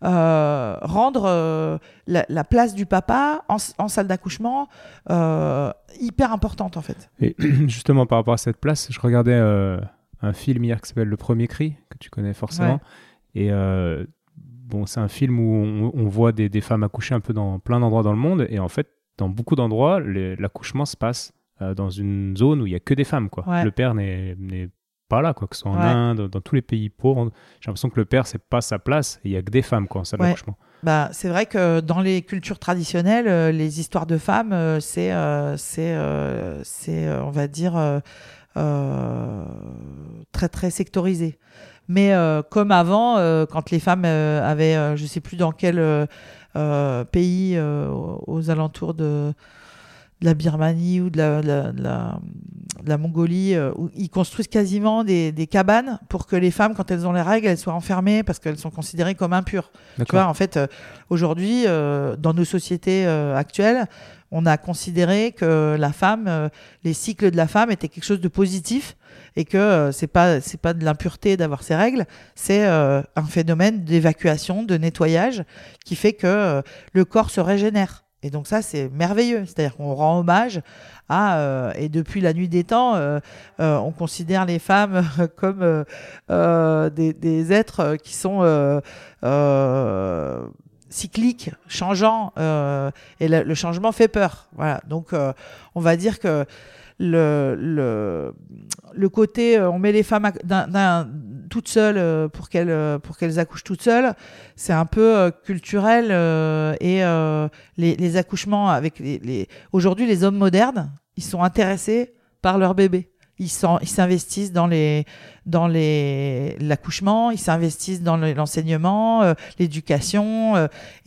rendre la place du papa en salle d'accouchement hyper importante, en fait. Et justement, par rapport à cette place, je regardais un film hier qui s'appelle Le Premier Cri, que tu connais forcément. Ouais. Et c'est un film où on voit des femmes accoucher un peu dans plein d'endroits dans le monde. Et en fait, dans beaucoup d'endroits, l'accouchement se passe dans une zone où il n'y a que des femmes, quoi. Ouais. Le père n'est pas là, quoi, que ce soit en Inde, dans tous les pays pauvres. J'ai l'impression que le père, c'est pas sa place. Et il n'y a que des femmes, quoi, en salle d'accouchement. Bah, c'est vrai que dans les cultures traditionnelles, les histoires de femmes, c'est on va dire, très, très sectorisé. Mais comme avant, quand les femmes avaient, je ne sais plus dans quelle pays aux alentours de la Birmanie ou de la Mongolie, où ils construisent quasiment des cabanes pour que les femmes, quand elles ont les règles, elles soient enfermées parce qu'elles sont considérées comme impures. Tu vois, en fait, aujourd'hui, dans nos sociétés actuelles, on a considéré que la femme, les cycles de la femme étaient quelque chose de positif et que c'est pas de l'impureté d'avoir ces règles, c'est un phénomène d'évacuation, de nettoyage qui fait que le corps se régénère. Et donc ça, c'est merveilleux. C'est-à-dire qu'on rend hommage à... et depuis la nuit des temps, on considère les femmes comme des êtres qui sont cycliques, changeants. Et le changement fait peur. Voilà. Donc, on va dire que le côté on met les femmes toutes seules pour qu'elles accouchent toutes seules, c'est un peu culturel et les accouchements avec aujourd'hui les hommes modernes, ils sont intéressés par leur bébé. Ils s'investissent dans l'accouchement, ils s'investissent dans l'enseignement, l'éducation,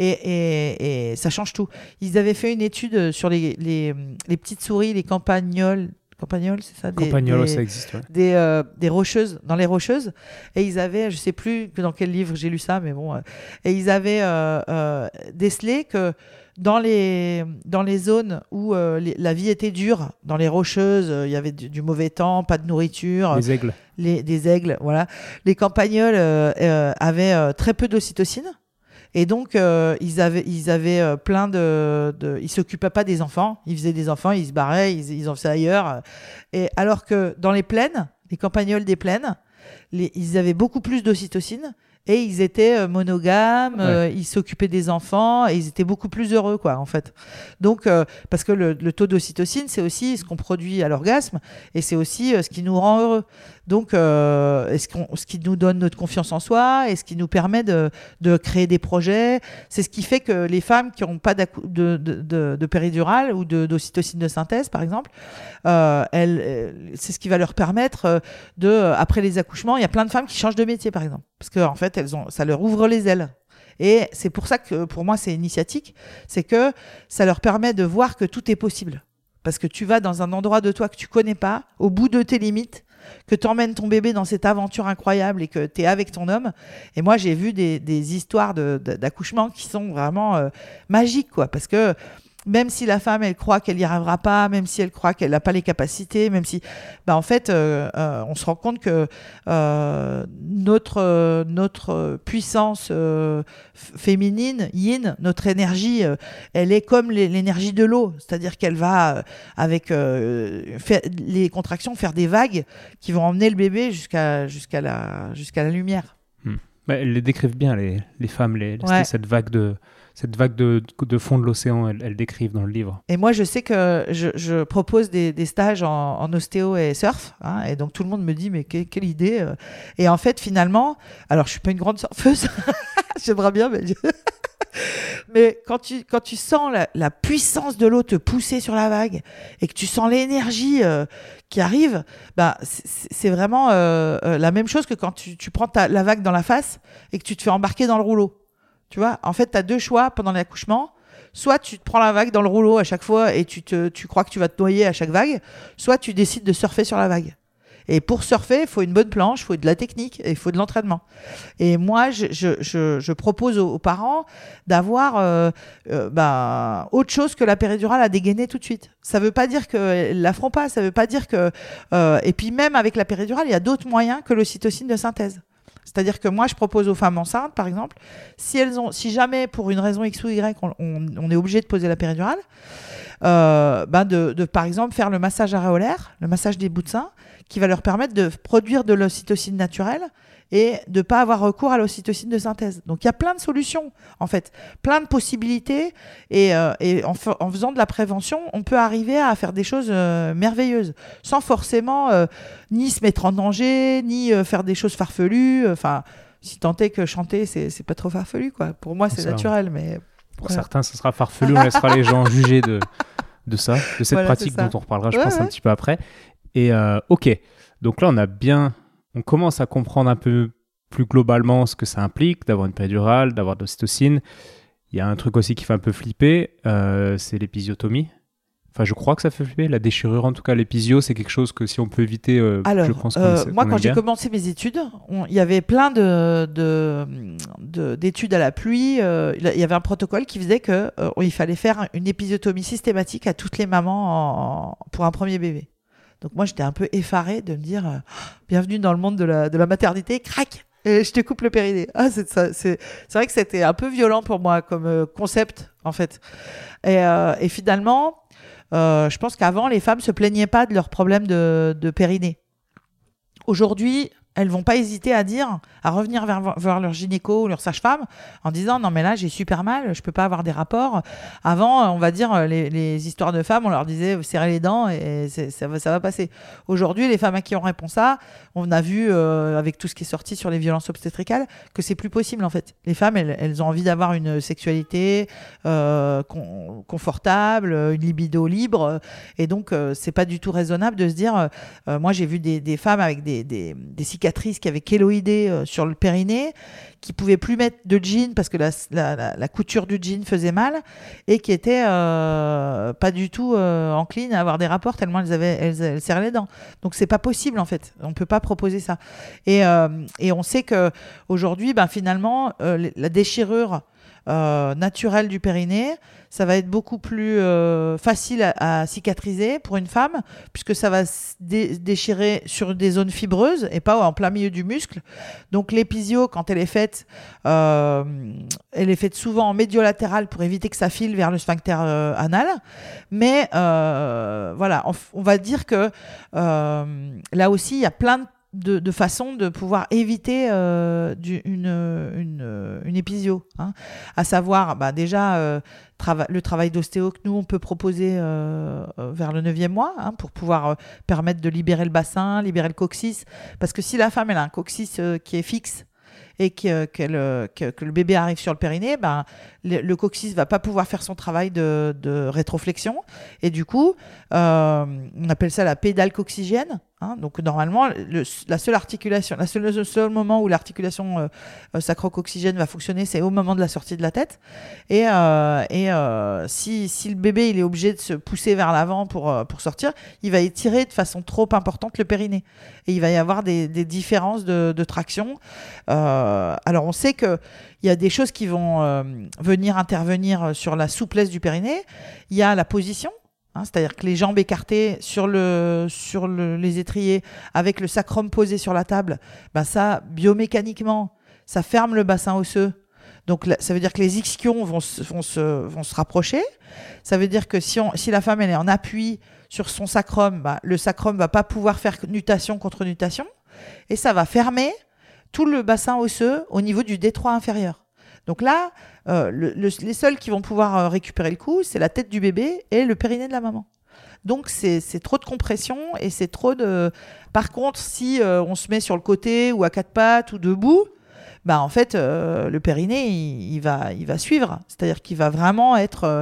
et ça change tout. Ils avaient fait une étude sur les petites souris, les campagnols, c'est ça, Campagnol, ça existe, ouais. Des rocheuses, dans les rocheuses, et ils avaient, je sais plus dans quel livre j'ai lu ça, mais bon, et ils avaient décelé que dans les zones où la vie était dure, dans les rocheuses, il y avait du mauvais temps, pas de nourriture. Les aigles. Des aigles, voilà. Les campagnols avaient très peu d'ocytocine. Et donc, ils avaient plein ils s'occupaient pas des enfants. Ils faisaient des enfants, ils se barraient, ils en faisaient ailleurs. Et alors que dans les plaines, les campagnols des plaines, ils avaient beaucoup plus d'ocytocine. Et ils étaient monogames, ils s'occupaient des enfants et ils étaient beaucoup plus heureux, quoi, en fait. Donc, parce que le taux d'ocytocine, c'est aussi ce qu'on produit à l'orgasme et c'est aussi ce qui nous rend heureux. Donc, ce qui nous donne notre confiance en soi et ce qui nous permet de créer des projets. C'est ce qui fait que les femmes qui n'ont pas de péridurale ou d'ocytocine de synthèse, par exemple, c'est ce qui va leur permettre après les accouchements, il y a plein de femmes qui changent de métier, par exemple. Parce qu'en fait, ça leur ouvre les ailes. Et c'est pour ça que, pour moi, c'est initiatique. C'est que ça leur permet de voir que tout est possible. Parce que tu vas dans un endroit de toi que tu connais pas, au bout de tes limites, que tu emmènes ton bébé dans cette aventure incroyable et que tu es avec ton homme. Et moi, j'ai vu des histoires d'accouchement qui sont vraiment magiques, quoi. Parce que même si la femme, elle croit qu'elle n'y arrivera pas, même si elle croit qu'elle n'a pas les capacités, même si... en fait, on se rend compte que notre puissance féminine, yin, notre énergie, elle est comme l'énergie de l'eau. C'est-à-dire qu'elle va, avec les contractions, faire des vagues qui vont emmener le bébé jusqu'à la lumière. Elles les décrivent bien, les femmes, cette vague de fond de l'océan, elles décrivent dans le livre. Et moi, je sais que je propose des stages en ostéo et surf, hein, et donc tout le monde me dit, mais quelle idée. Et en fait, finalement, alors je suis pas une grande surfeuse, j'aimerais bien, mais quand tu sens la puissance de l'eau te pousser sur la vague et que tu sens l'énergie qui arrive, c'est vraiment la même chose que quand tu prends la vague dans la face et que tu te fais embarquer dans le rouleau. Tu vois, en fait, tu as deux choix pendant l'accouchement. Soit tu te prends la vague dans le rouleau à chaque fois et tu crois que tu vas te noyer à chaque vague, soit tu décides de surfer sur la vague. Et pour surfer, il faut une bonne planche, il faut de la technique et il faut de l'entraînement. Et moi, je propose aux parents d'avoir autre chose que la péridurale à dégainer tout de suite. Ça ne veut pas dire qu'elles ne la feront pas, ça ne veut pas dire que... et puis même avec la péridurale, il y a d'autres moyens que l'ocytocine de synthèse. C'est-à-dire que moi, je propose aux femmes enceintes, par exemple, si jamais, pour une raison X ou Y, on est obligé de poser la péridurale, de par exemple, faire le massage aréolaire, le massage des bouts de sein, qui va leur permettre de produire de l'ocytocine naturelle et de ne pas avoir recours à l'ocytocine de synthèse. Donc, il y a plein de solutions, en fait, plein de possibilités. Et en faisant de la prévention, on peut arriver à faire des choses merveilleuses, sans forcément ni se mettre en danger, ni faire des choses farfelues. Enfin, si tant est que chanter, c'est pas trop farfelu, quoi. Pour moi, c'est naturel, mais... Pour certains, ce sera farfelu. On laissera les gens juger de ça, de cette pratique dont on reparlera, je pense, un petit peu après. Et ok, donc là, on commence à comprendre un peu plus globalement ce que ça implique d'avoir une péridurale, d'avoir de l'ocytocine. Il y a un truc aussi qui fait un peu flipper, c'est l'épisiotomie. Enfin, je crois que ça fait flipper. La déchirure, en tout cas, l'épisio, c'est quelque chose que si on peut éviter, Alors, je pense moi, quand j'ai commencé mes études, il y avait plein d'études à la pluie. Il y avait un protocole qui faisait qu'il fallait faire une épisiotomie systématique à toutes les mamans pour un premier bébé. Donc moi, j'étais un peu effarée de me dire bienvenue dans le monde de la maternité, crac, et je te coupe le périnée. C'est vrai que c'était un peu violent pour moi comme concept, en fait. Et finalement... je pense qu'avant, les femmes se plaignaient pas de leurs problèmes de périnée. Aujourd'hui, elles vont pas hésiter à revenir vers leur gynéco ou leur sage-femme en disant non mais là j'ai super mal, je peux pas avoir des rapports. Avant, on va dire les histoires de femmes, on leur disait serrez les dents et ça va passer. Aujourd'hui, les femmes à qui on répond ça, on a vu avec tout ce qui est sorti sur les violences obstétricales que c'est plus possible en fait. Les femmes, elles ont envie d'avoir une sexualité confortable, une libido libre, et donc c'est pas du tout raisonnable de se dire moi j'ai vu des femmes avec des cicatrices qui avaient kéloïdé sur le périnée, qui pouvaient plus mettre de jean parce que la couture du jean faisait mal et qui étaient pas du tout enclines à avoir des rapports tellement elles serraient les dents. Donc c'est pas possible en fait, on peut pas proposer ça. Et on sait que aujourd'hui, finalement, la déchirure naturelle du périnée, ça va être beaucoup plus facile à cicatriser pour une femme, puisque ça va se déchirer sur des zones fibreuses et pas en plein milieu du muscle. Donc l'épisio, quand elle est faite souvent en médiolatéral pour éviter que ça file vers le sphincter anal. Mais voilà, on va dire que là aussi, il y a plein de façons de pouvoir éviter une épisio, hein. À savoir déjà le travail d'ostéo que nous on peut proposer vers le 9e mois, hein, pour pouvoir permettre de libérer le bassin, libérer le coccyx, parce que si la femme elle a un coccyx qui est fixe et que le bébé arrive sur le périnée, le coccyx va pas pouvoir faire son travail de rétroflexion, et du coup on appelle ça la pédale coccygienne, hein. Donc normalement le seul moment où l'articulation sacro-coccygienne va fonctionner, c'est au moment de la sortie de la tête, et si le bébé il est obligé de se pousser vers l'avant pour sortir, il va étirer de façon trop importante le périnée et il va y avoir des différences de traction. Alors on sait que il y a des choses qui vont venir intervenir sur la souplesse du périnée. Il y a la position, hein, c'est-à-dire que les jambes écartées sur les étriers avec le sacrum posé sur la table, ça, biomécaniquement, ça ferme le bassin osseux. Donc ça veut dire que les ischions vont se rapprocher. Ça veut dire que si la femme elle est en appui sur son sacrum, le sacrum va pas pouvoir faire nutation contre nutation, et ça va fermer tout le bassin osseux au niveau du détroit inférieur. Donc là, les seuls qui vont pouvoir récupérer le coup, c'est la tête du bébé et le périnée de la maman. Donc c'est trop de compression et c'est trop de... Par contre, si on se met sur le côté ou à quatre pattes ou debout, en fait, le périnée, il va suivre. C'est-à-dire qu'il va vraiment être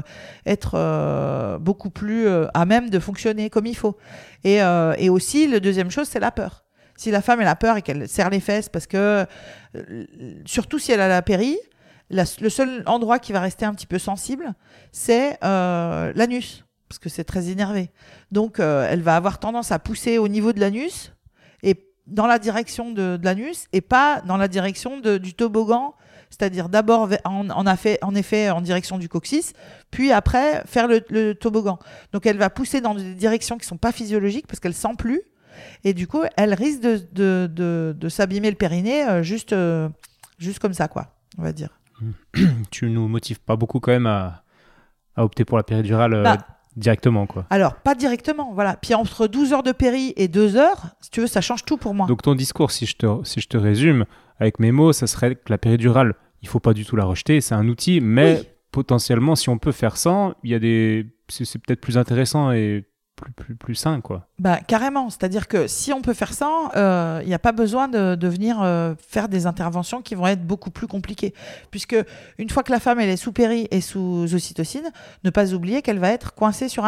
beaucoup plus à même de fonctionner comme il faut. Et aussi, la deuxième chose, c'est la peur. Si la femme elle a peur et qu'elle serre les fesses, parce que, surtout si elle a la péri, le seul endroit qui va rester un petit peu sensible, c'est l'anus, parce que c'est très innervé. Donc, elle va avoir tendance à pousser au niveau de l'anus, et dans la direction de l'anus, et pas dans la direction du toboggan, c'est-à-dire d'abord en effet en direction du coccyx, puis après faire le toboggan. Donc, elle va pousser dans des directions qui ne sont pas physiologiques, parce qu'elle ne sent plus. Et du coup, elle risque de s'abîmer le périnée juste comme ça, quoi, on va dire. Tu nous motives pas beaucoup quand même à opter pour la péridurale directement, quoi. Alors, pas directement, voilà. Puis entre 12 heures de péri et 2 heures, si tu veux, ça change tout pour moi. Donc ton discours, si je te résume, avec mes mots, ça serait que la péridurale, il faut pas du tout la rejeter, c'est un outil, mais oui, potentiellement, si on peut faire sans, c'est peut-être plus intéressant et plus sain, quoi. Carrément, c'est-à-dire que si on peut faire ça, il n'y a pas besoin de venir faire des interventions qui vont être beaucoup plus compliquées, puisque une fois que la femme elle est sous péri et sous ocytocine, ne pas oublier qu'elle va être coincée sur un lit.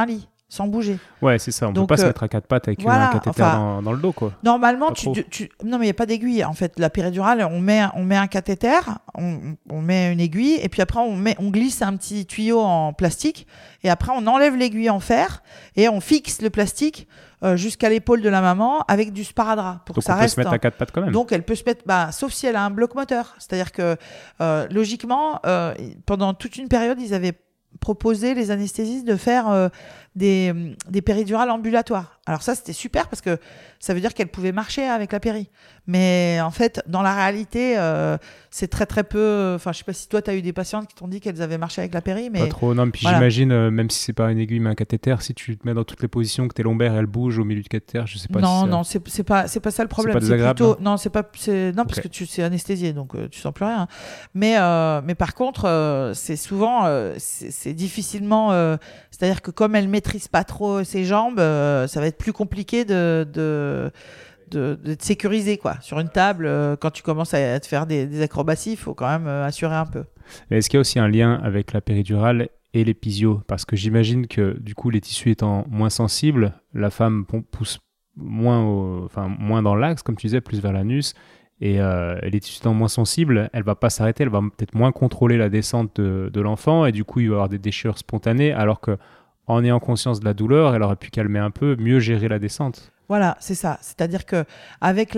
sans bouger. Ouais, c'est ça. On Donc, peut pas se mettre à quatre pattes avec un cathéter dans le dos, quoi. Normalement, non, mais il n'y a pas d'aiguille. En fait, la péridurale, on met un cathéter, on met une aiguille, et puis après, on glisse un petit tuyau en plastique, et après, on enlève l'aiguille en fer, et on fixe le plastique jusqu'à l'épaule de la maman avec du sparadrap. Donc, ça reste. On peut se mettre à quatre pattes quand même. Donc, elle peut se mettre, sauf si elle a un bloc moteur. C'est-à-dire que, logiquement, pendant toute une période, ils avaient proposé, les anesthésistes, de faire des péridurales ambulatoires. Alors ça, c'était super parce que ça veut dire qu'elle pouvait marcher avec la péri. Mais en fait, dans la réalité, c'est très très peu... Enfin, je sais pas si toi, tu as eu des patientes qui t'ont dit qu'elles avaient marché avec la péri, mais... Pas trop, non. Puis j'imagine, même si c'est pas une aiguille mais un cathéter, si tu te mets dans toutes les positions, que tes lombaires, elles bougent au milieu du cathéter, je sais pas Non, c'est pas ça le problème. C'est pas désagréable, plutôt... Non, parce que tu c'est anesthésié, donc tu sens plus rien. Mais par contre, c'est souvent... c'est difficilement... c'est-à-dire que comme elle maîtrise pas trop ses jambes, ça va être plus compliqué de te sécuriser, quoi. Sur une table, quand tu commences à te faire des acrobaties, il faut quand même assurer un peu. Et est-ce qu'il y a aussi un lien avec la péridurale et l'épisio ? Parce que j'imagine que du coup, les tissus étant moins sensibles, la femme pousse moins dans l'axe, comme tu disais, plus vers l'anus. Et les tissus étant moins sensibles, elle va pas s'arrêter, elle va peut-être moins contrôler la descente de l'enfant, et du coup, il va y avoir des déchirures spontanées, alors que en ayant conscience de la douleur, elle aurait pu calmer un peu, mieux gérer la descente. Voilà, c'est ça. C'est-à-dire que avec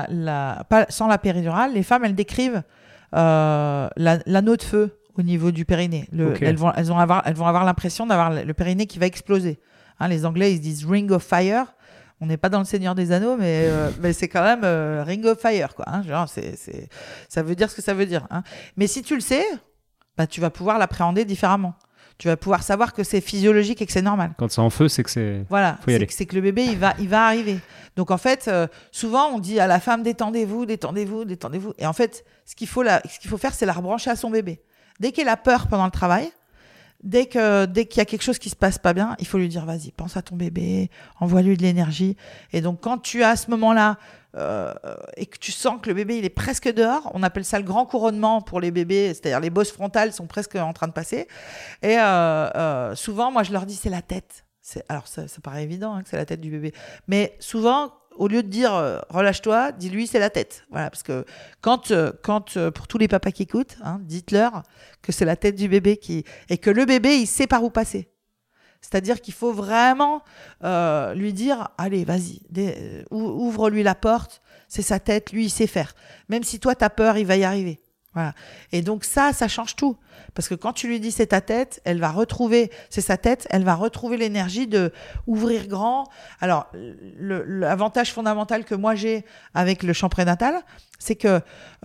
sans la péridurale, les femmes, elles décrivent l'anneau de feu au niveau du périnée. Okay. Elles vont avoir l'impression d'avoir le périnée qui va exploser. Hein, les Anglais, ils se disent Ring of Fire. On n'est pas dans le Seigneur des Anneaux, mais c'est quand même Ring of Fire, quoi. Hein, genre, ça veut dire ce que ça veut dire. Hein. Mais si tu le sais, tu vas pouvoir l'appréhender différemment. Tu vas pouvoir savoir que c'est physiologique et que c'est normal. Quand c'est en feu, c'est que c'est... Voilà, c'est que le bébé, il va arriver. Donc, en fait, souvent, on dit à la femme, détendez-vous. Et en fait, ce qu'il faut faire, c'est la rebrancher à son bébé. Dès qu'elle a peur pendant le travail, dès qu'il y a quelque chose qui se passe pas bien, il faut lui dire, vas-y, pense à ton bébé, envoie-lui de l'énergie. Et donc, quand tu as à ce moment-là, et que tu sens que le bébé il est presque dehors, on appelle ça le grand couronnement pour les bébés, c'est-à-dire les bosses frontales sont presque en train de passer, et souvent moi je leur dis c'est la tête, alors ça paraît évident que c'est la tête du bébé, mais souvent au lieu de dire relâche-toi, dis-lui c'est la tête, voilà, parce que quand pour tous les papas qui écoutent, dites-leur que c'est la tête du bébé et que le bébé il sait par où passer. C'est-à-dire qu'il faut vraiment lui dire « Allez, vas-y, ouvre-lui la porte, c'est sa tête, lui, il sait faire. Même si toi, t'as peur, il va y arriver. » Voilà. Et donc ça change tout. Parce que quand tu lui dis « C'est ta tête », c'est sa tête, elle va retrouver l'énergie de ouvrir grand. Alors, l'avantage fondamental que moi j'ai avec le chant prénatal, c'est que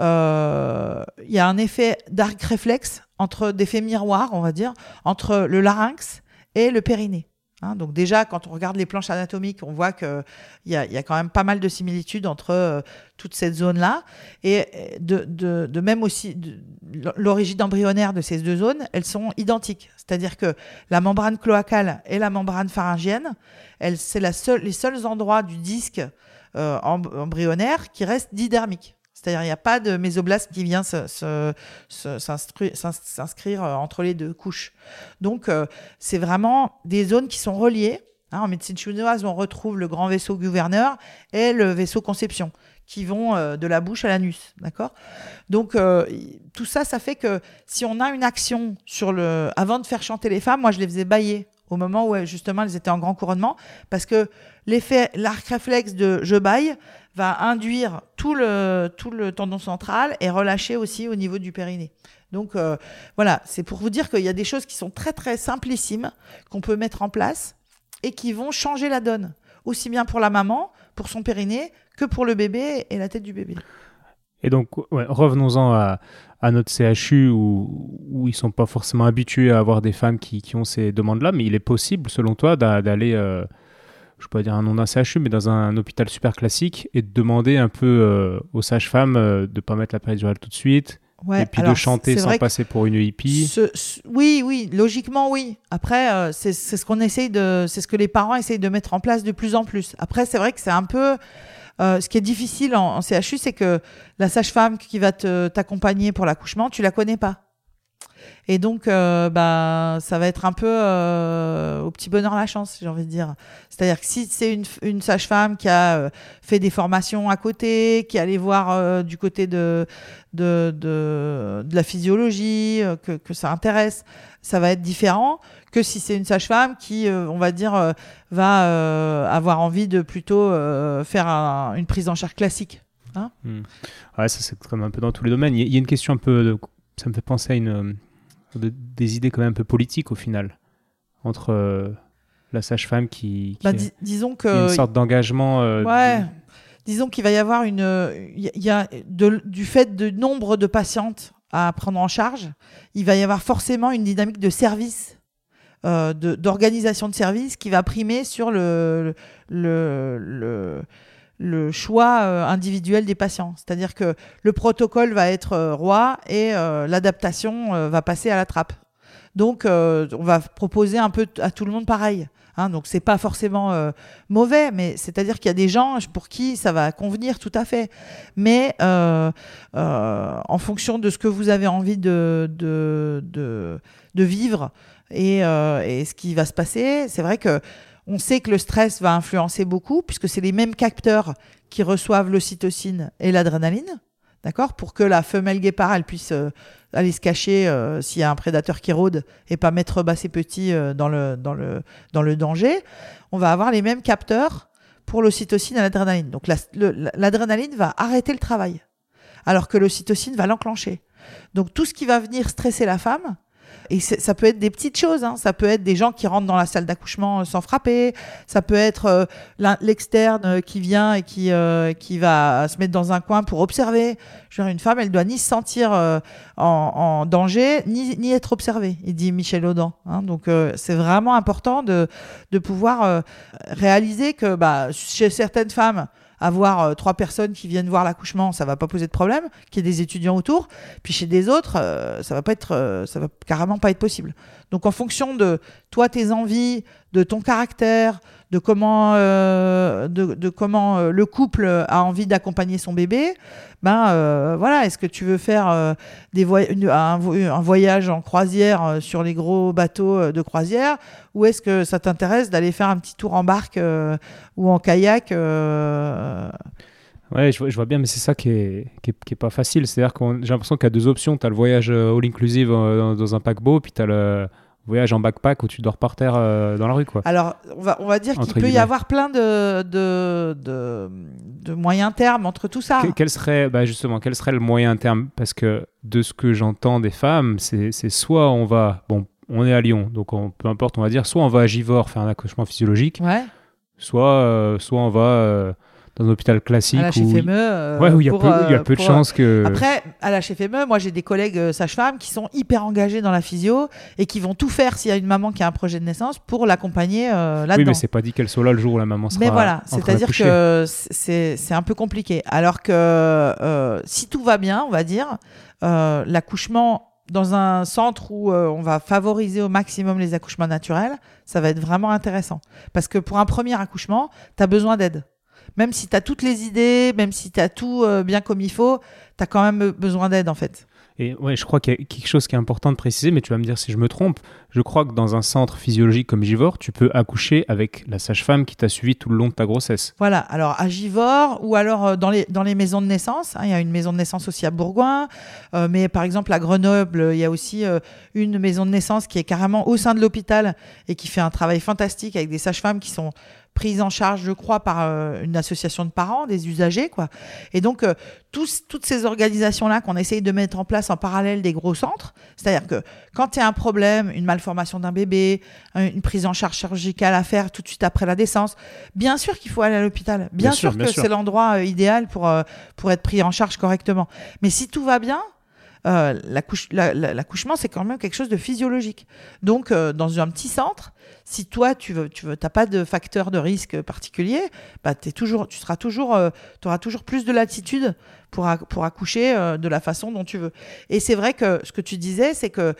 y a un effet d'arc réflexe, d'effet miroir, on va dire, entre le larynx et le périnée. Donc déjà, quand on regarde les planches anatomiques, on voit qu'il y a quand même pas mal de similitudes entre toute cette zone-là. Et de même aussi, l'origine embryonnaire de ces deux zones, elles sont identiques. C'est-à-dire que la membrane cloacale et la membrane pharyngienne, c'est les seuls endroits du disque embryonnaire qui restent didermiques. C'est-à-dire, il n'y a pas de mésoblasme qui vient s'inscrire entre les deux couches. Donc, c'est vraiment des zones qui sont reliées. En médecine chinoise, on retrouve le grand vaisseau gouverneur et le vaisseau conception qui vont de la bouche à l'anus. D'accord ? Donc, tout ça, ça fait que si on a une action avant de faire chanter les femmes, moi, je les faisais bâiller au moment où, justement, elles étaient en grand couronnement parce que l'arc réflexe de « je bâille » va induire tout le tendon central et relâcher aussi au niveau du périnée. Donc, voilà, c'est pour vous dire qu'il y a des choses qui sont très, très simplissimes qu'on peut mettre en place et qui vont changer la donne, aussi bien pour la maman, pour son périnée, que pour le bébé et la tête du bébé. Et donc, revenons-en à notre CHU où ils ne sont pas forcément habitués à avoir des femmes qui ont ces demandes-là, mais il est possible, selon toi, d'aller... je ne peux pas dire un nom d'un CHU, mais dans un hôpital super classique, et de demander un peu aux sages-femmes de ne pas mettre la péridurale tout de suite, et puis de chanter sans passer pour une hippie. Oui, logiquement, oui. Après, c'est ce qu'on c'est ce que les parents essayent de mettre en place de plus en plus. Après, c'est vrai que c'est un peu... ce qui est difficile en CHU, c'est que la sage-femme qui va t'accompagner pour l'accouchement, tu ne la connais pas. Et donc, ça va être un peu au petit bonheur la chance, j'ai envie de dire. C'est-à-dire que si c'est une sage-femme qui a fait des formations à côté, qui est allée voir du côté de la physiologie, que ça intéresse, ça va être différent que si c'est une sage-femme qui, on va dire, va avoir envie de plutôt faire une prise en charge classique. Hein ouais, ça c'est comme un peu dans tous les domaines. Il y a une question un peu, ça me fait penser à des idées quand même un peu politiques au final, entre la sage-femme disons qui a une sorte d'engagement. Disons qu'il va y avoir du fait du nombre de patientes à prendre en charge, il va y avoir forcément une dynamique de service, d'organisation de service qui va primer sur le choix individuel des patients. C'est-à-dire que le protocole va être roi et l'adaptation va passer à la trappe. Donc, on va proposer un peu à tout le monde pareil. Hein, donc, c'est pas forcément mauvais, mais c'est-à-dire qu'il y a des gens pour qui ça va convenir tout à fait. Mais en fonction de ce que vous avez envie de vivre et ce qui va se passer, c'est vrai que on sait que le stress va influencer beaucoup, puisque c'est les mêmes capteurs qui reçoivent l'ocytocine et l'adrénaline, d'accord, pour que la femelle guépard elle puisse aller se cacher s'il y a un prédateur qui rôde et pas mettre bas ses petits dans le danger. On va avoir les mêmes capteurs pour l'ocytocine et l'adrénaline. Donc l'adrénaline va arrêter le travail, alors que l'ocytocine va l'enclencher. Donc tout ce qui va venir stresser la femme, et ça peut être des petites choses, hein. Ça peut être des gens qui rentrent dans la salle d'accouchement sans frapper, ça peut être l'externe qui vient et qui va se mettre dans un coin pour observer. Je veux dire, une femme, elle doit ni se sentir en danger, ni être observée, il dit Michel Audin. Hein. Donc c'est vraiment important de pouvoir réaliser que chez certaines femmes, avoir 3 personnes qui viennent voir l'accouchement, ça va pas poser de problème, qu'il y ait des étudiants autour. Puis chez des autres, ça va carrément pas être possible. Donc en fonction de toi, tes envies, de ton caractère, de comment le couple a envie d'accompagner son bébé, voilà, est-ce que tu veux faire un voyage en croisière sur les gros bateaux de croisière, ou est-ce que ça t'intéresse d'aller faire un petit tour en barque ou en kayak Ouais, je vois bien, mais c'est ça qui est pas facile. C'est-à-dire que j'ai l'impression qu'il y a 2 options. Tu as le voyage all-inclusive dans un paquebot, puis tu as le voyage en backpack où tu dors par terre dans la rue, quoi. Alors, on va dire qu'il peut y avoir plein de moyens termes entre tout ça. Quel serait le moyen terme ? Parce que de ce que j'entends des femmes, c'est soit on va... Bon, on est à Lyon, donc peu importe, on va dire, soit on va à Givors faire un accouchement physiologique, ouais. soit on va... dans un hôpital classique à la HFME, où il y a peu de chances que... Après, à la HFME, moi j'ai des collègues sages-femmes qui sont hyper engagés dans la physio et qui vont tout faire s'il y a une maman qui a un projet de naissance pour l'accompagner là-dedans. Oui, mais c'est pas dit qu'elle soit là le jour où la maman sera. Mais voilà, c'est-à-dire que c'est un peu compliqué. Alors que si tout va bien, on va dire, l'accouchement dans un centre où on va favoriser au maximum les accouchements naturels, ça va être vraiment intéressant. Parce que pour un premier accouchement, tu as besoin d'aide. Même si tu as toutes les idées, même si tu as tout bien comme il faut, tu as quand même besoin d'aide en fait. Et ouais, je crois qu'il y a quelque chose qui est important de préciser, mais tu vas me dire si je me trompe. Je crois que dans un centre physiologique comme Givors, tu peux accoucher avec la sage-femme qui t'a suivi tout le long de ta grossesse. Voilà, alors à Givors ou alors dans les maisons de naissance, hein, il y a une maison de naissance aussi à Bourgoin, mais par exemple à Grenoble, il y a aussi une maison de naissance qui est carrément au sein de l'hôpital et qui fait un travail fantastique avec des sages-femmes qui sont prises en charge, je crois, par une association de parents, des usagers, quoi. Et donc, toutes ces organisations-là qu'on essaye de mettre en place en parallèle des gros centres, c'est-à-dire que quand tu as un problème, une malformation d'un bébé, une prise en charge chirurgicale à faire tout de suite après la naissement, bien sûr qu'il faut aller à l'hôpital. Bien sûr que c'est l'endroit idéal pour être pris en charge correctement. Mais si tout va bien, l'accouchement, c'est quand même quelque chose de physiologique. Donc, dans un petit centre, si toi, t'as pas de facteur de risque particulier, tu auras toujours plus de latitude pour accoucher de la façon dont tu veux. Et c'est vrai que ce que tu disais, c'est que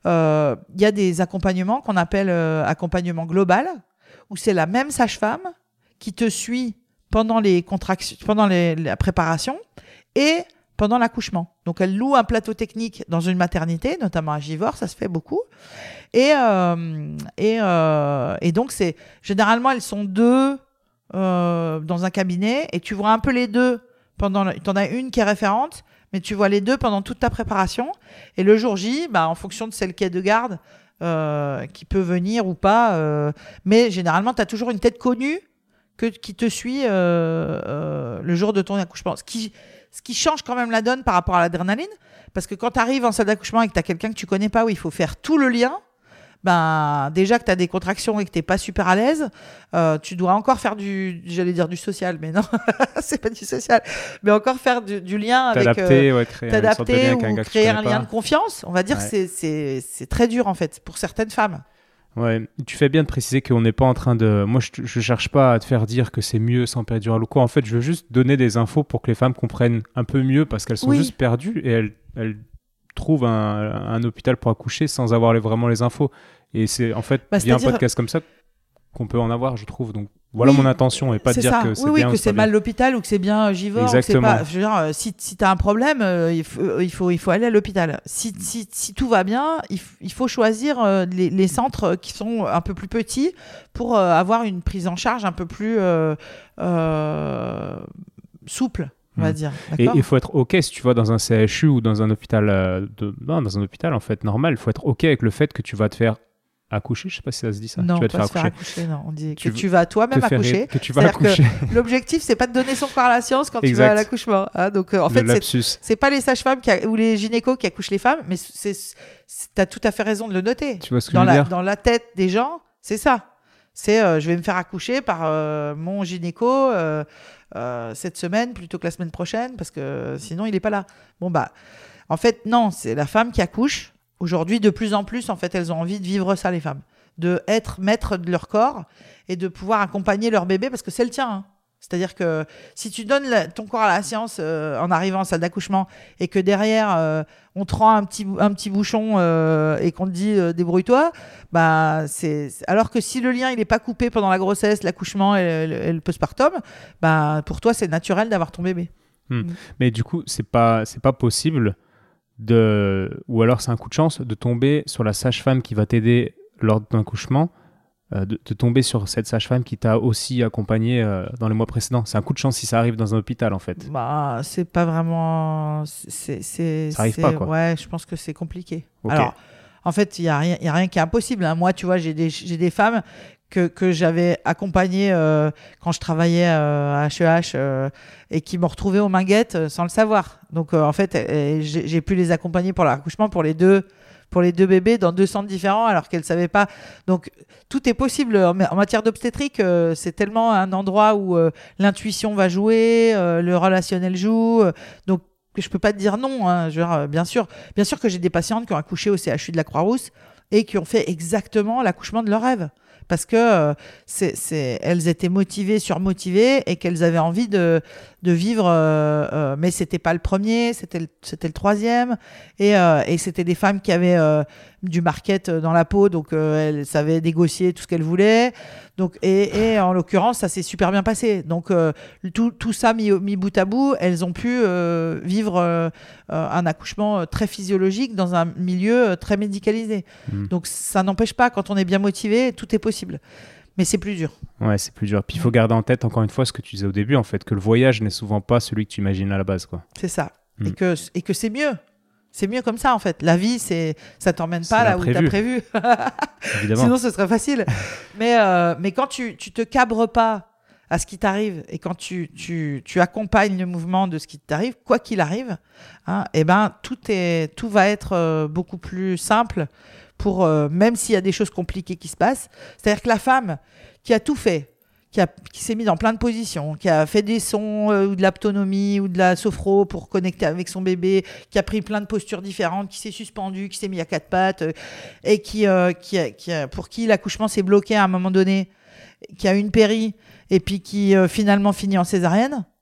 y a des accompagnements qu'on appelle accompagnement global, où c'est la même sage-femme qui te suit pendant les contractions, pendant la préparation et pendant l'accouchement. Donc, elles louent un plateau technique dans une maternité, notamment à Givors, ça se fait beaucoup. Et donc, généralement, elles sont 2 dans un cabinet et tu vois un peu les 2 t'en as une qui est référente, mais tu vois les 2 pendant toute ta préparation. Et le jour J, en fonction de celle qui est de garde, qui peut venir ou pas, mais généralement, tu as toujours une tête connue qui te suit le jour de ton accouchement. Ce qui change quand même la donne par rapport à l'adrénaline, parce que quand tu arrives en salle d'accouchement et que tu as quelqu'un que tu connais pas, où il faut faire tout le lien, déjà que tu as des contractions et que tu n'es pas super à l'aise, tu dois encore faire du social, mais non, c'est pas du social, mais encore faire du lien avec... T'adapter ou créer un lien de confiance. On va dire que c'est très dur, en fait, pour certaines femmes. Ouais, tu fais bien de préciser qu'on n'est pas en train de... Moi, je cherche pas à te faire dire que c'est mieux sans péridurale ou quoi. En fait, je veux juste donner des infos pour que les femmes comprennent un peu mieux, parce qu'elles sont juste perdues et elles trouvent un hôpital pour accoucher sans avoir vraiment les infos. Et c'est en fait via un podcast comme ça qu'on peut en avoir, je trouve. Donc voilà mon intention, et pas de dire que c'est bien que c'est mal l'hôpital ou que c'est bien Givors. Exactement. Je veux dire, si tu as un problème, il faut aller à l'hôpital. Si tout va bien, il faut choisir les centres qui sont un peu plus petits pour avoir une prise en charge un peu plus souple. On va dire. Et il faut être OK si tu vas dans un CHU ou dans un hôpital, dans un hôpital en fait normal. Il faut être OK avec le fait que tu vas te faire accoucher. Je sais pas si ça se dit ça. Non, tu vas te pas faire accoucher. Non, on dit que tu vas toi-même accoucher. Que tu vas accoucher. Que l'objectif, c'est pas de donner son corps à la science quand tu vas à l'accouchement. Donc en fait, c'est pas les sages-femmes ou les gynécos qui accouchent les femmes, mais t'as tout à fait raison de le noter. Tu vois ce que je veux dire ? Dans la tête des gens, c'est ça. C'est je vais me faire accoucher par mon gynéco cette semaine plutôt que la semaine prochaine, parce que sinon il est pas là. En fait non, c'est la femme qui accouche. Aujourd'hui, de plus en plus, en fait, elles ont envie de vivre ça, les femmes, de être maîtres de leur corps et de pouvoir accompagner leur bébé, parce que c'est le tien, hein. C'est-à-dire que si tu donnes ton corps à la science en arrivant en salle d'accouchement et que derrière on te rend un petit bouchon et qu'on te dit débrouille-toi, alors que si le lien il est pas coupé pendant la grossesse, l'accouchement et le postpartum, pour toi c'est naturel d'avoir ton bébé. Mais du coup c'est pas possible ou alors c'est un coup de chance de tomber sur la sage-femme qui va t'aider lors de ton accouchement. De tomber sur cette sage-femme qui t'a aussi accompagné dans les mois précédents. C'est un coup de chance si ça arrive dans un hôpital, en fait. C'est pas vraiment... Ça arrive pas, quoi. Ouais, je pense que c'est compliqué. Okay. Alors, en fait, il y a rien qui est impossible, hein. Moi, tu vois, j'ai des femmes que j'avais accompagnées quand je travaillais à HEH et qui m'ont retrouvée aux Minguettes sans le savoir. Donc, en fait, j'ai pu les accompagner pour l'accouchement pour les deux bébés dans 2 centres différents alors qu'elles ne savaient pas. Donc, tout est possible. En matière d'obstétrique, c'est tellement un endroit où l'intuition va jouer, le relationnel joue. Donc, je ne peux pas te dire non, hein. Bien sûr que j'ai des patientes qui ont accouché au CHU de la Croix-Rousse et qui ont fait exactement l'accouchement de leur rêve. Parce que elles étaient motivées, surmotivées et qu'elles avaient envie de vivre. Mais c'était pas le premier, c'était le 3e. Et c'était des femmes qui avaient du market dans la peau, donc elles savaient négocier tout ce qu'elles voulaient. Donc, et en l'occurrence, ça s'est super bien passé. Donc tout ça mis bout à bout, elles ont pu vivre un accouchement très physiologique dans un milieu très médicalisé. Donc ça n'empêche pas, quand on est bien motivé, tout est possible. Mais c'est plus dur. Ouais, c'est plus dur. Puis il faut garder en tête, encore une fois, ce que tu disais au début, en fait, que le voyage n'est souvent pas celui que tu imagines à la base, quoi. C'est ça. Et que c'est mieux. C'est mieux comme ça, en fait. La vie, ça t'emmène pas là où t'as prévu. Évidemment. Sinon, ce serait facile. Mais quand tu te cabres pas à ce qui t'arrive et quand tu accompagnes le mouvement de ce qui t'arrive, quoi qu'il arrive, hein, tout va être beaucoup plus simple pour même s'il y a des choses compliquées qui se passent. C'est-à-dire que la femme qui a tout fait, qui s'est mise dans plein de positions, qui a fait des sons ou de l'aptonomie ou de la sophro pour connecter avec son bébé, qui a pris plein de postures différentes, qui s'est suspendue, qui s'est mis à 4 pattes et pour qui l'accouchement s'est bloqué à un moment donné, qui a eu une péri et puis qui finalement finit en césarienne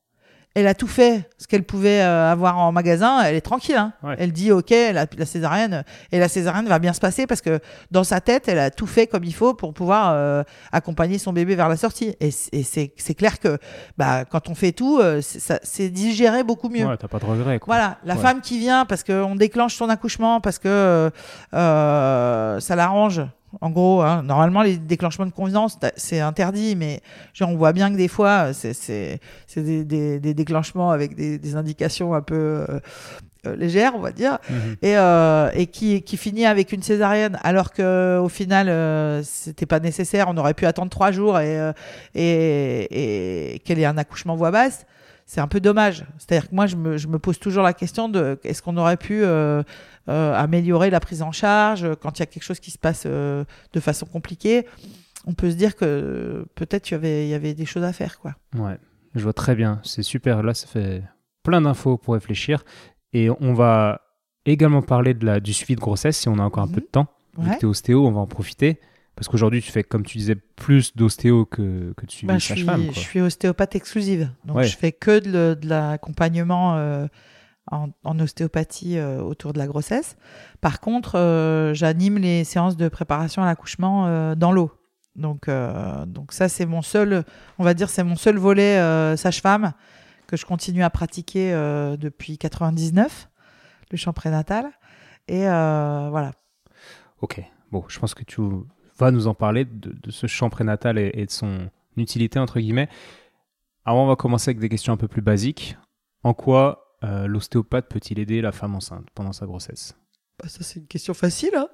elle a tout fait ce qu'elle pouvait avoir en magasin, elle est tranquille. Hein. Ouais. Elle dit ok, la césarienne, et la césarienne va bien se passer parce que dans sa tête, elle a tout fait comme il faut pour pouvoir accompagner son bébé vers la sortie. Et c'est clair que quand on fait tout, c'est digéré beaucoup mieux. Ouais, t'as pas de regret, quoi. Voilà, la femme qui vient parce qu'on déclenche son accouchement, parce que ça l'arrange. En gros, hein, normalement, les déclenchements de confiance, c'est interdit, mais genre, on voit bien que des fois, c'est des déclenchements avec des indications un peu légères, on va dire, et qui finit avec une césarienne, alors qu'au final, c'était pas nécessaire. On aurait pu attendre 3 jours et qu'elle ait un accouchement voix basse. C'est un peu dommage. C'est-à-dire que moi, je me pose toujours la question de est-ce qu'on aurait pu améliorer la prise en charge quand il y a quelque chose qui se passe de façon compliquée. On peut se dire que peut-être il y avait des choses à faire, quoi. Ouais, je vois très bien. C'est super. Là, ça fait plein d'infos pour réfléchir. Et on va également parler du suivi de grossesse si on a encore un peu de temps. Vu que tu es ostéo, on va en profiter. Parce qu'aujourd'hui, tu fais, comme tu disais, plus d'ostéo que de suivi de sage-femme. Je suis ostéopathe exclusive. Donc, je fais que de l'accompagnement en ostéopathie autour de la grossesse. Par contre, j'anime les séances de préparation à l'accouchement dans l'eau. Donc ça, c'est mon seul, on va dire, c'est mon seul volet sage-femme que je continue à pratiquer depuis 99, le chant prénatal. Et voilà. Ok. Bon, je pense que tu vas nous en parler de ce chant prénatal et de son utilité, entre guillemets. Avant, on va commencer avec des questions un peu plus basiques. En quoi l'ostéopathe peut-il aider la femme enceinte pendant sa grossesse ? Ça, c'est une question facile. Hein.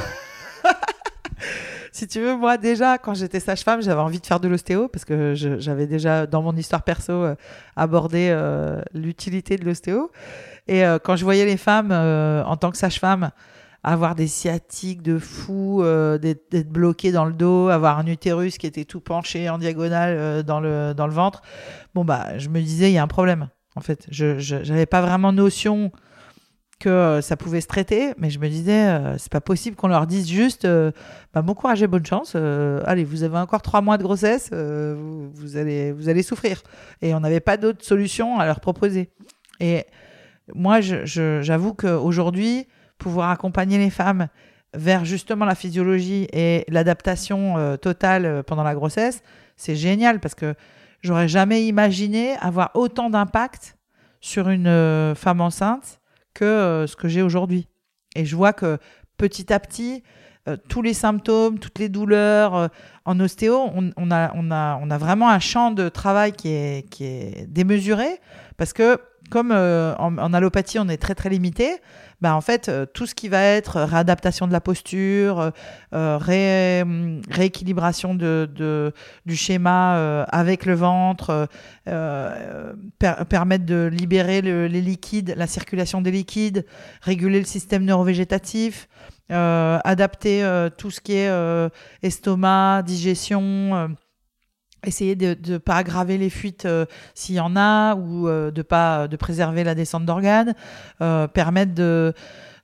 Si tu veux, moi, déjà, quand j'étais sage-femme, j'avais envie de faire de l'ostéo parce que j'avais déjà, dans mon histoire perso, abordé l'utilité de l'ostéo. Et quand je voyais les femmes, en tant que sage-femme, avoir des sciatiques de fou, d'être bloquées dans le dos, avoir un utérus qui était tout penché en diagonale dans le ventre, je me disais, il y a un problème. En fait, je n'avais pas vraiment notion que ça pouvait se traiter, mais je me disais, c'est pas possible qu'on leur dise juste bon courage et bonne chance, allez, vous avez encore 3 mois de grossesse, vous allez souffrir. Et on n'avait pas d'autre solution à leur proposer. Et moi, j'avoue qu'aujourd'hui, pouvoir accompagner les femmes vers justement la physiologie et l'adaptation totale pendant la grossesse, c'est génial parce que j'aurais jamais imaginé avoir autant d'impact sur une femme enceinte que ce que j'ai aujourd'hui. Et je vois que petit à petit, tous les symptômes, toutes les douleurs, en ostéo, on a vraiment un champ de travail qui est démesuré parce que comme en allopathie, on est très très limité, en fait, tout ce qui va être réadaptation de la posture, rééquilibration du schéma avec le ventre, permettre de libérer les liquides, la circulation des liquides, réguler le système neurovégétatif, adapter tout ce qui est estomac, digestion, essayer de ne pas aggraver les fuites s'il y en a ou de préserver la descente d'organes, permettre de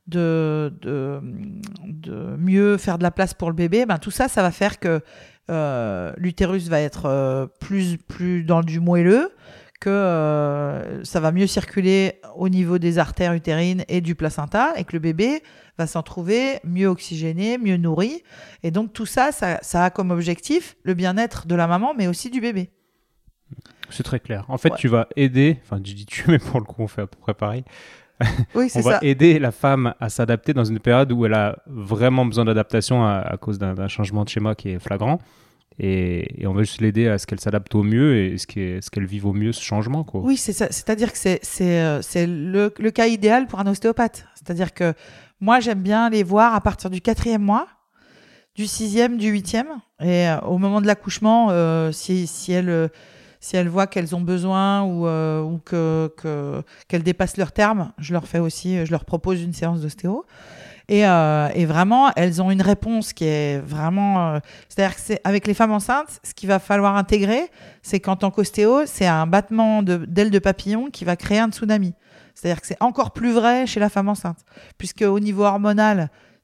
mieux faire de la place pour le bébé. Tout ça, ça va faire que l'utérus va être plus dans du moelleux, que ça va mieux circuler au niveau des artères utérines et du placenta et que le bébé va s'en trouver mieux oxygéné, mieux nourri. Et donc tout ça, ça a comme objectif le bien-être de la maman, mais aussi du bébé. C'est très clair. En fait, tu vas aider, enfin je dis tu, mais pour le coup on fait à peu près pareil. Oui, c'est on va aider la femme à s'adapter dans une période où elle a vraiment besoin d'adaptation à cause d'un changement de schéma qui est flagrant. Et on va juste l'aider à ce qu'elle s'adapte au mieux et ce qu'elle vive au mieux ce changement, quoi. Oui, c'est ça. C'est-à-dire que c'est le cas idéal pour un ostéopathe. C'est-à-dire que moi, j'aime bien les voir à partir du 4e mois, du 6e, du 8e. Et au moment de l'accouchement, si elles voient qu'elles ont besoin ou qu'elles dépassent leur terme, je leur propose une séance d'ostéo. Et vraiment, elles ont une réponse qui est vraiment... c'est-à-dire que avec les femmes enceintes, ce qu'il va falloir intégrer, c'est qu'en tant qu'ostéo, c'est un battement d'ailes de papillon qui va créer un tsunami. C'est-à-dire que c'est encore plus vrai chez la femme enceinte. Puisque au niveau hormonal,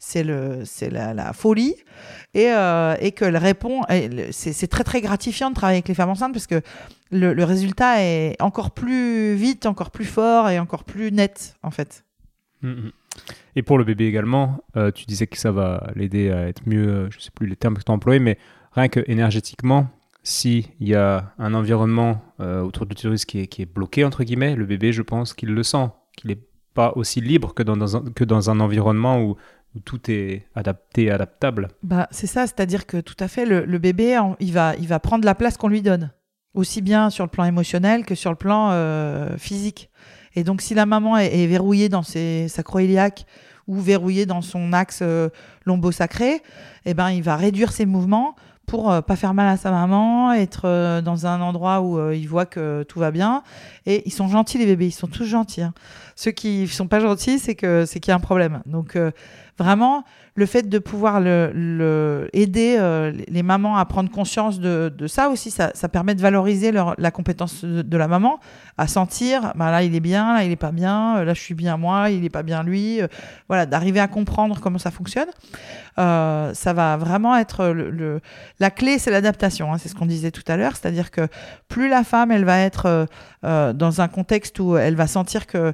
la folie et qu'elle répond. C'est très très gratifiant de travailler avec les femmes enceintes parce que le résultat est encore plus vite, encore plus fort et encore plus net en fait. Et pour le bébé également, tu disais que ça va l'aider à être mieux, je ne sais plus les termes que tu as employés, mais rien que énergétiquement, s'il y a un environnement autour de l'utérus qui est bloqué, entre guillemets, le bébé, je pense qu'il le sent, qu'il n'est pas aussi libre que dans un environnement où tout est adaptable. C'est ça, c'est-à-dire que tout à fait, le bébé, il va prendre la place qu'on lui donne, aussi bien sur le plan émotionnel que sur le plan physique. Et donc, si la maman est verrouillée dans ses sacro-iliaques ou verrouillée dans son axe lombo-sacré, il va réduire ses mouvements pour pas faire mal à sa maman, être dans un endroit où il voit que tout va bien. Et ils sont gentils, les bébés, ils sont tous gentils. Hein. Ceux qui sont pas gentils, c'est qu'il y a un problème. Donc, vraiment, le fait de pouvoir aider les mamans à prendre conscience de ça aussi, ça permet de valoriser la compétence de la maman, à sentir, là il est bien, là il est pas bien, là je suis bien moi, il est pas bien lui, voilà, d'arriver à comprendre comment ça fonctionne. Ça va vraiment être la clé, c'est l'adaptation, hein, c'est ce qu'on disait tout à l'heure, c'est-à-dire que plus la femme, elle va être dans un contexte où elle va sentir que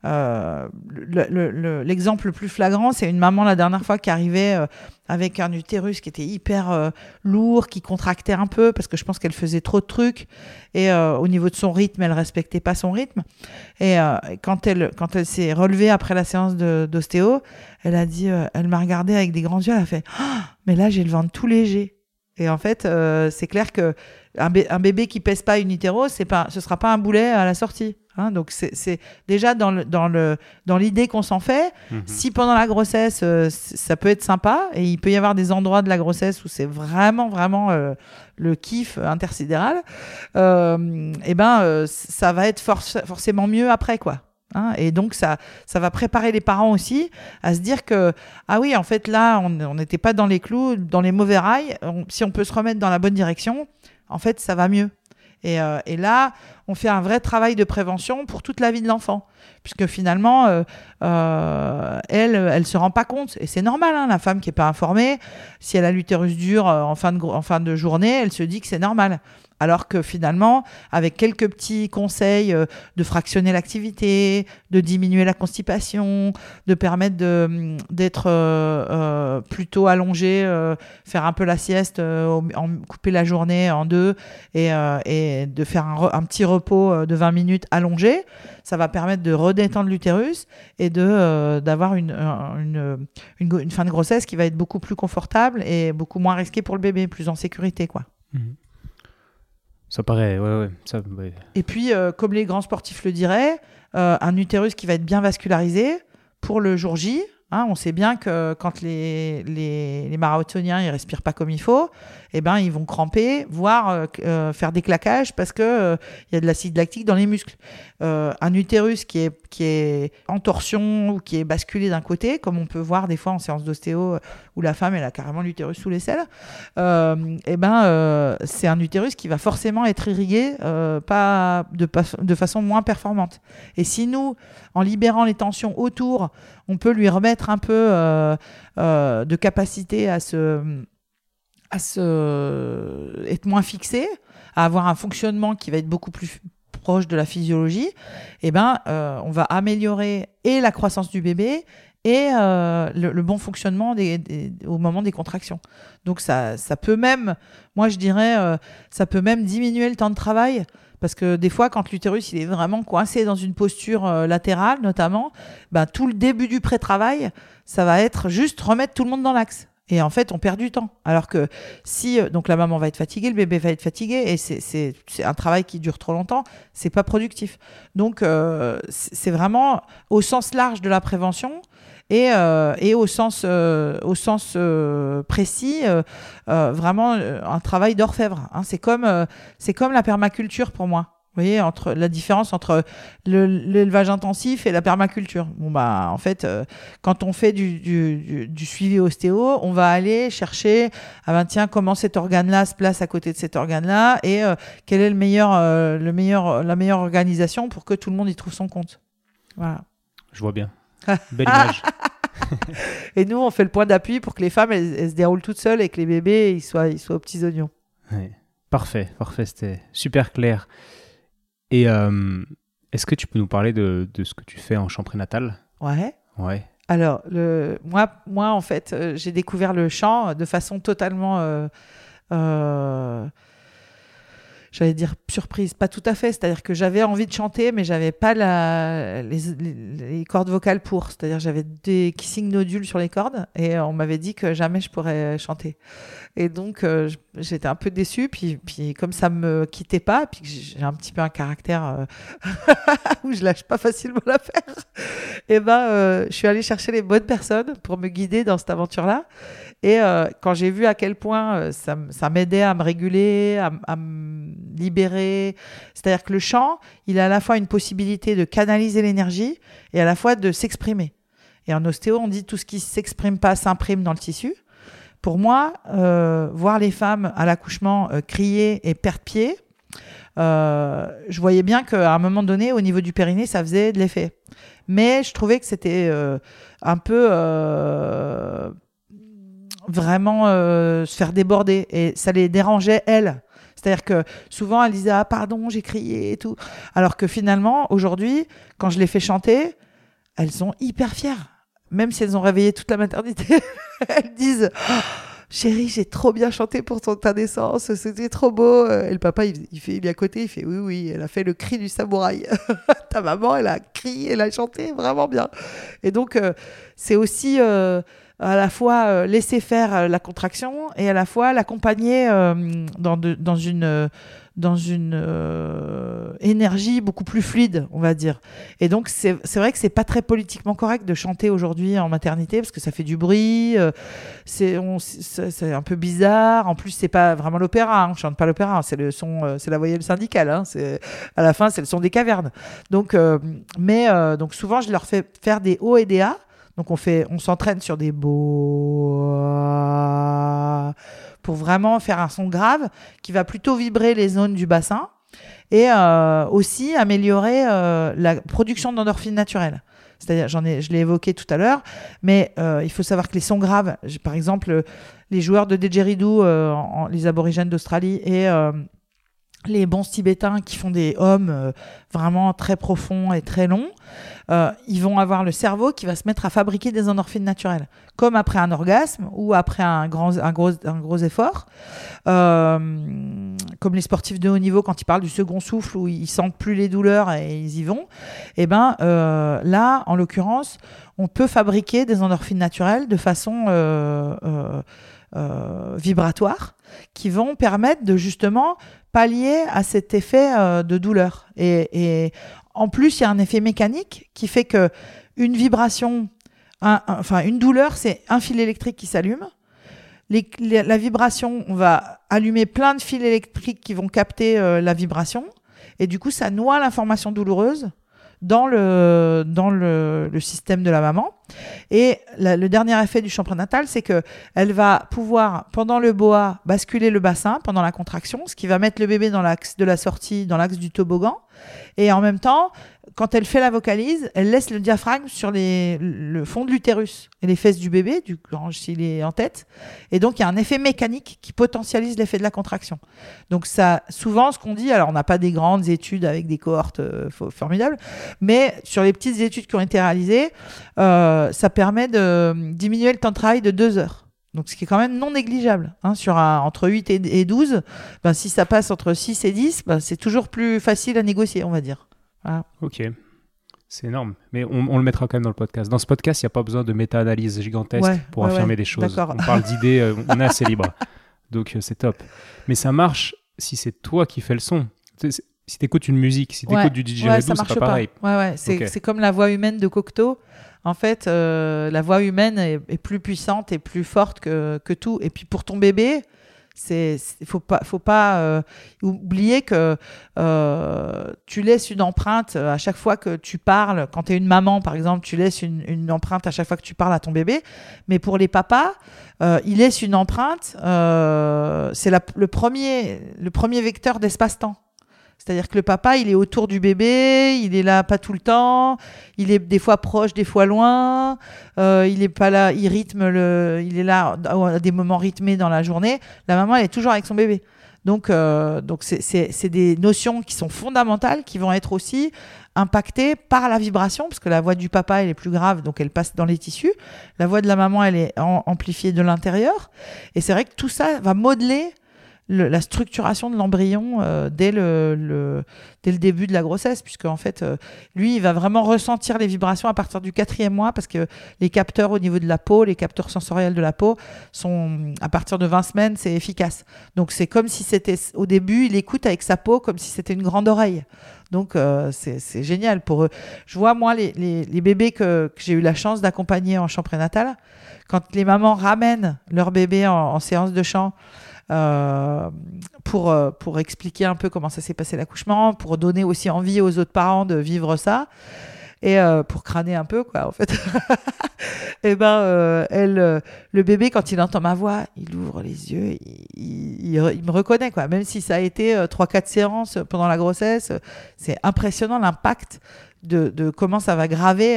l'exemple le plus flagrant, c'est une maman la dernière fois qui arrivait avec un utérus qui était hyper lourd, qui contractait un peu parce que je pense qu'elle faisait trop de trucs et au niveau de son rythme, elle respectait pas son rythme. Et quand elle s'est relevée après la séance d'ostéo, elle a dit, elle m'a regardée avec des grands yeux, elle a fait mais là j'ai le ventre tout léger. Et en fait, c'est clair que un bébé qui pèse pas une utérose, ce sera pas un boulet à la sortie. Hein, donc c'est déjà dans l'idée qu'on s'en fait. Si pendant la grossesse ça peut être sympa et il peut y avoir des endroits de la grossesse où c'est vraiment le kiff intersidéral, ça va être forcément mieux après quoi. Hein, et donc ça va préparer les parents aussi à se dire que ah oui en fait là on n'était pas dans les clous, dans les mauvais rails, si on peut se remettre dans la bonne direction, en fait ça va mieux. Et là, on fait un vrai travail de prévention pour toute la vie de l'enfant. Puisque finalement, elle se rend pas compte. Et c'est normal, hein, la femme qui n'est pas informée, si elle a l'utérus dur en fin de journée, elle se dit que c'est normal. Alors que finalement, avec quelques petits conseils de fractionner l'activité, de diminuer la constipation, de permettre d'être plutôt allongé, faire un peu la sieste, couper la journée en deux et de faire un petit repos de 20 minutes allongé, ça va permettre de redétendre l'utérus et d'avoir une fin de grossesse qui va être beaucoup plus confortable et beaucoup moins risquée pour le bébé, plus en sécurité, quoi. Ça paraît, ouais. Et puis, comme les grands sportifs le diraient, un utérus qui va être bien vascularisé pour le jour J. Hein, on sait bien que quand les marathoniens ils respirent pas comme il faut, ils vont cramper, voire faire des claquages parce que y a de l'acide lactique dans les muscles. Un utérus qui est en torsion ou qui est basculé d'un côté, comme on peut voir des fois en séance d'ostéo où la femme elle a carrément l'utérus sous l'aisselle, c'est un utérus qui va forcément être irrigué de façon moins performante. Et si nous, en libérant les tensions autour, on peut lui remettre un peu de capacité à être moins fixé, à avoir un fonctionnement qui va être beaucoup plus proche de la physiologie, on va améliorer et la croissance du bébé et le bon fonctionnement au moment des contractions. Donc ça peut même, moi je dirais, ça peut même diminuer le temps de travail. Parce que des fois, quand l'utérus il est vraiment coincé dans une posture latérale, notamment, tout le début du pré-travail, ça va être juste remettre tout le monde dans l'axe. Et en fait, on perd du temps. Alors que si donc la maman va être fatiguée, le bébé va être fatigué, et c'est un travail qui dure trop longtemps, c'est pas productif. Donc, c'est vraiment au sens large de la prévention. Et au sens précis, vraiment un travail d'orfèvre. Hein. C'est comme la permaculture pour moi. Vous voyez, la différence entre l'élevage intensif et la permaculture. En fait, quand on fait du suivi ostéo, on va aller chercher, comment cet organe-là se place à côté de cet organe-là et quelle est la meilleure organisation pour que tout le monde y trouve son compte. Voilà. Je vois bien. Belle image. Et nous, on fait le point d'appui pour que les femmes, elles se déroulent toutes seules et que les bébés, ils soient aux petits oignons. Ouais. Parfait, c'était super clair. Et est-ce que tu peux nous parler de ce que tu fais en chant prénatal ? Ouais. Ouais. Alors, moi, en fait, j'ai découvert le chant de façon totalement... j'allais dire surprise, pas tout à fait. C'est-à-dire que j'avais envie de chanter, mais j'avais pas les cordes vocales pour. C'est-à-dire j'avais des kissing nodules sur les cordes et on m'avait dit que jamais je pourrais chanter. Et donc j'étais un peu déçue. Puis comme ça me quittait pas, puis que j'ai un petit peu un caractère où je lâche pas facilement l'affaire. Et je suis allée chercher les bonnes personnes pour me guider dans cette aventure-là. Et quand j'ai vu à quel point ça m'aidait à me réguler, à me libérer, c'est-à-dire que le chant, il a à la fois une possibilité de canaliser l'énergie et à la fois de s'exprimer. Et en ostéo, on dit tout ce qui ne s'exprime pas s'imprime dans le tissu. Pour moi, voir les femmes à l'accouchement crier et perdre pied, je voyais bien qu'à un moment donné, au niveau du périnée, ça faisait de l'effet. Mais je trouvais que c'était un peu... vraiment se faire déborder et ça les dérangeait elles, c'est-à-dire que souvent elles disaient ah pardon j'ai crié et tout, alors que finalement aujourd'hui quand je les fais chanter elles sont hyper fières, même si elles ont réveillé toute la maternité. Elles disent oh, chérie j'ai trop bien chanté pour ta naissance, c'était trop beau. Et le papa il est à côté, il fait oui elle a fait le cri du samouraï. Ta maman elle a crié, elle a chanté vraiment bien. Et donc c'est aussi à la fois laisser faire la contraction et à la fois l'accompagner dans une énergie beaucoup plus fluide, on va dire. Et donc, c'est vrai que c'est pas très politiquement correct de chanter aujourd'hui en maternité parce que ça fait du bruit, c'est un peu bizarre. En plus, c'est pas vraiment l'opéra, on chante pas l'opéra, c'est le son, c'est la voyelle syndicale, hein, à la fin, c'est le son des cavernes. Donc, donc souvent, je leur fais faire des hauts et des A. Donc on s'entraîne sur des beaux pour vraiment faire un son grave qui va plutôt vibrer les zones du bassin et aussi améliorer la production d'endorphines naturelles. C'est-à-dire, je l'ai évoqué tout à l'heure, mais il faut savoir que les sons graves, par exemple les joueurs de didgeridoo, les aborigènes d'Australie et les bons tibétains qui font des hommes vraiment très profonds et très longs, ils vont avoir le cerveau qui va se mettre à fabriquer des endorphines naturelles, comme après un orgasme ou après un gros effort, comme les sportifs de haut niveau quand ils parlent du second souffle où ils sentent plus les douleurs et ils y vont. Et là, en l'occurrence, on peut fabriquer des endorphines naturelles de façon vibratoire qui vont permettre de justement pallier à cet effet de douleur. Et en plus, il y a un effet mécanique qui fait que une vibration, une douleur, c'est un fil électrique qui s'allume. La vibration, on va allumer plein de fils électriques qui vont capter la vibration. Et du coup, ça noie l'information douloureuse dans le système de la maman. Et le dernier effet du chant prénatal, c'est qu'elle va pouvoir, pendant le BOA, basculer le bassin pendant la contraction, ce qui va mettre le bébé dans l'axe de la sortie, dans l'axe du toboggan. Et en même temps, quand elle fait la vocalise, elle laisse le diaphragme sur le fond de l'utérus et les fesses du bébé, s'il est en tête. Et donc, il y a un effet mécanique qui potentialise l'effet de la contraction. Donc, ça, souvent, ce qu'on dit, alors on n'a pas des grandes études avec des cohortes formidables, mais sur les petites études qui ont été réalisées, ça permet de diminuer le temps de travail de 2 heures. Donc, ce qui est quand même non négligeable. Hein, entre 8 et 12, si ça passe entre 6 et 10, c'est toujours plus facile à négocier, on va dire. Voilà. Ok, c'est énorme. Mais on le mettra quand même dans le podcast. Dans ce podcast, il n'y a pas besoin de méta-analyse gigantesque pour affirmer des choses. D'accord. On parle d'idées, on est assez libre. Donc, c'est top. Mais ça marche si c'est toi qui fais le son. Si tu écoutes une musique, si tu écoutes du didgeridoo, c'est pas pareil. C'est comme la voix humaine de Cocteau. En fait, la voix humaine est plus puissante et plus forte que tout. Et puis pour ton bébé, faut pas oublier que tu laisses une empreinte à chaque fois que tu parles. Quand tu es une maman, par exemple, tu laisses une empreinte à chaque fois que tu parles à ton bébé. Mais pour les papas, ils laissent une empreinte. C'est le premier vecteur d'espace-temps. C'est-à-dire que le papa, il est autour du bébé, il est là pas tout le temps, il est des fois proche, des fois loin, il est pas là, il est là à des moments rythmés dans la journée. La maman, elle est toujours avec son bébé. Donc c'est des notions qui sont fondamentales, qui vont être aussi impactées par la vibration, parce que la voix du papa, elle est plus grave, donc elle passe dans les tissus. La voix de la maman, elle est amplifiée de l'intérieur. Et c'est vrai que tout ça va modeler la structuration de l'embryon dès le début de la grossesse, puisque en fait, lui, il va vraiment ressentir les vibrations à partir du 4e mois, parce que les capteurs au niveau de la peau, les capteurs sensoriels de la peau, sont à partir de 20 semaines, c'est efficace. Donc c'est comme si c'était, au début, il écoute avec sa peau comme si c'était une grande oreille. Donc c'est génial pour eux. Je vois, moi, les bébés que j'ai eu la chance d'accompagner en chant prénatal, quand les mamans ramènent leur bébé en séance de chant, pour expliquer un peu comment ça s'est passé l'accouchement, pour donner aussi envie aux autres parents de vivre ça, et pour crâner un peu, quoi, en fait. Et le bébé, quand il entend ma voix, il ouvre les yeux, il me reconnaît, quoi. Même si ça a été 3-4 séances pendant la grossesse, c'est impressionnant l'impact de comment ça va graver,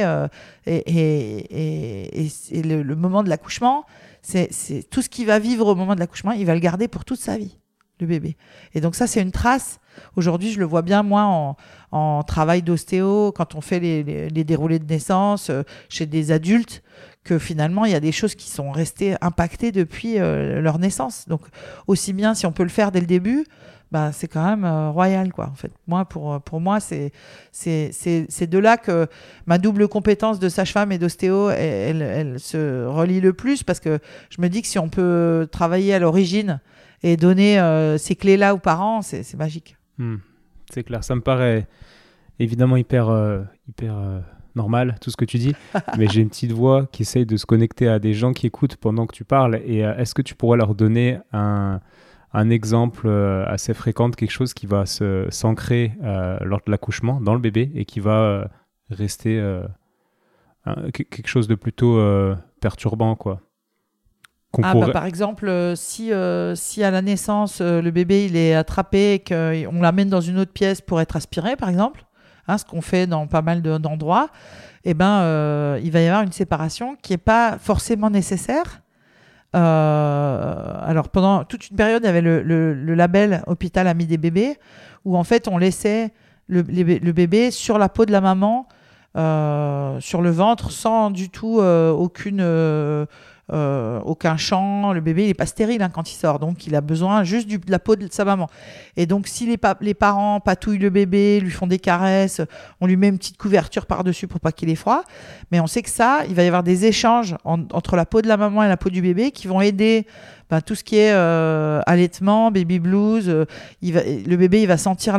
et le moment de l'accouchement. C'est tout ce qu'il va vivre au moment de l'accouchement, il va le garder pour toute sa vie, le bébé. Et donc ça, c'est une trace. Aujourd'hui, je le vois bien, moi, en travail d'ostéo, quand on fait les déroulés de naissance chez des adultes, que finalement, il y a des choses qui sont restées impactées depuis leur naissance. Donc, aussi bien si on peut le faire dès le début, c'est quand même royal, quoi. En fait, moi, pour moi, c'est de là que ma double compétence de sage-femme et d'ostéo, elle se relie le plus, parce que je me dis que si on peut travailler à l'origine et donner ces clés-là aux parents, c'est magique. C'est clair, ça me paraît évidemment hyper normal, tout ce que tu dis, mais j'ai une petite voix qui essaye de se connecter à des gens qui écoutent pendant que tu parles, et est-ce que tu pourrais leur donner un exemple assez fréquent de quelque chose qui va s'ancrer lors de l'accouchement dans le bébé et qui va rester quelque chose de plutôt perturbant, quoi. Par exemple, si à la naissance, le bébé il est attrapé et qu'on l'amène dans une autre pièce pour être aspiré, par exemple, ce qu'on fait dans pas mal d'endroits, il va y avoir une séparation qui n'est pas forcément nécessaire. Alors pendant toute une période, il y avait le label Hôpital Ami des bébés, où en fait on laissait le bébé sur la peau de la maman, sur le ventre, sans du tout aucun chant. Le bébé il n'est pas stérile quand il sort, donc il a besoin juste de la peau de sa maman. Et donc si les parents patouillent le bébé, lui font des caresses, on lui met une petite couverture par-dessus pour pas qu'il ait froid, mais on sait que ça, il va y avoir des échanges entre la peau de la maman et la peau du bébé qui vont aider tout ce qui est allaitement, baby blues. Le bébé il va sentir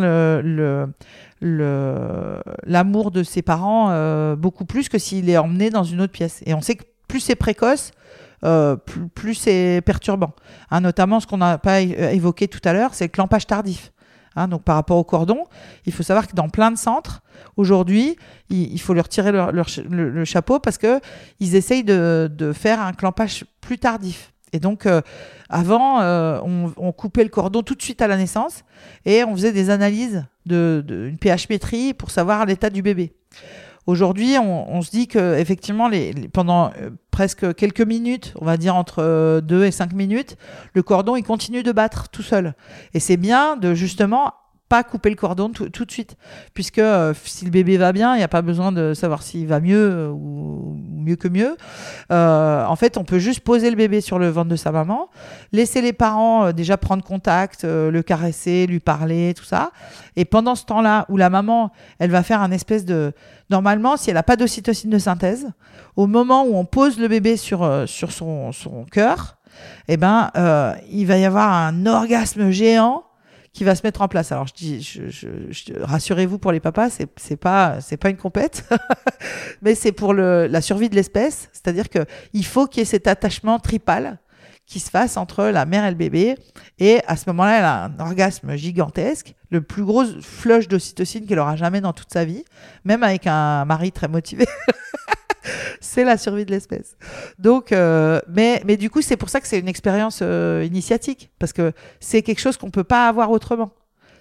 l'amour de ses parents beaucoup plus que s'il est emmené dans une autre pièce. Et on sait que plus c'est précoce, plus c'est perturbant. Notamment, ce qu'on n'a pas évoqué tout à l'heure, c'est le clampage tardif. Donc, par rapport au cordon, il faut savoir que dans plein de centres, aujourd'hui, il faut leur tirer le chapeau, parce qu'ils essayent de faire un clampage plus tardif. Et donc, avant, on coupait le cordon tout de suite à la naissance et on faisait des analyses une pH-métrie pour savoir l'état du bébé. Aujourd'hui, on se dit qu'effectivement, pendant presque quelques minutes, on va dire entre 2 et 5 minutes, le cordon, il continue de battre tout seul. Et c'est bien de justement pas couper le cordon tout de suite, puisque si le bébé va bien, il n'y a pas besoin de savoir s'il va mieux ou mieux que mieux. En fait, on peut juste poser le bébé sur le ventre de sa maman, laisser les parents déjà prendre contact, le caresser, lui parler, tout ça. Et pendant ce temps-là, où la maman, elle va faire un espèce de... Normalement, si elle n'a pas d'ocytocine de synthèse, au moment où on pose le bébé sur son cœur, il va y avoir un orgasme géant qui va se mettre en place. Alors je dis, rassurez-vous pour les papas, c'est pas une compète, mais c'est pour la survie de l'espèce. C'est-à-dire que il faut qu'il y ait cet attachement tripal qui se fasse entre la mère et le bébé. Et à ce moment-là, elle a un orgasme gigantesque, le plus gros flush d'ocytocine qu'elle aura jamais dans toute sa vie, même avec un mari très motivé. C'est la survie de l'espèce. Donc, mais du coup, c'est pour ça que c'est une expérience initiatique, parce que c'est quelque chose qu'on peut pas avoir autrement.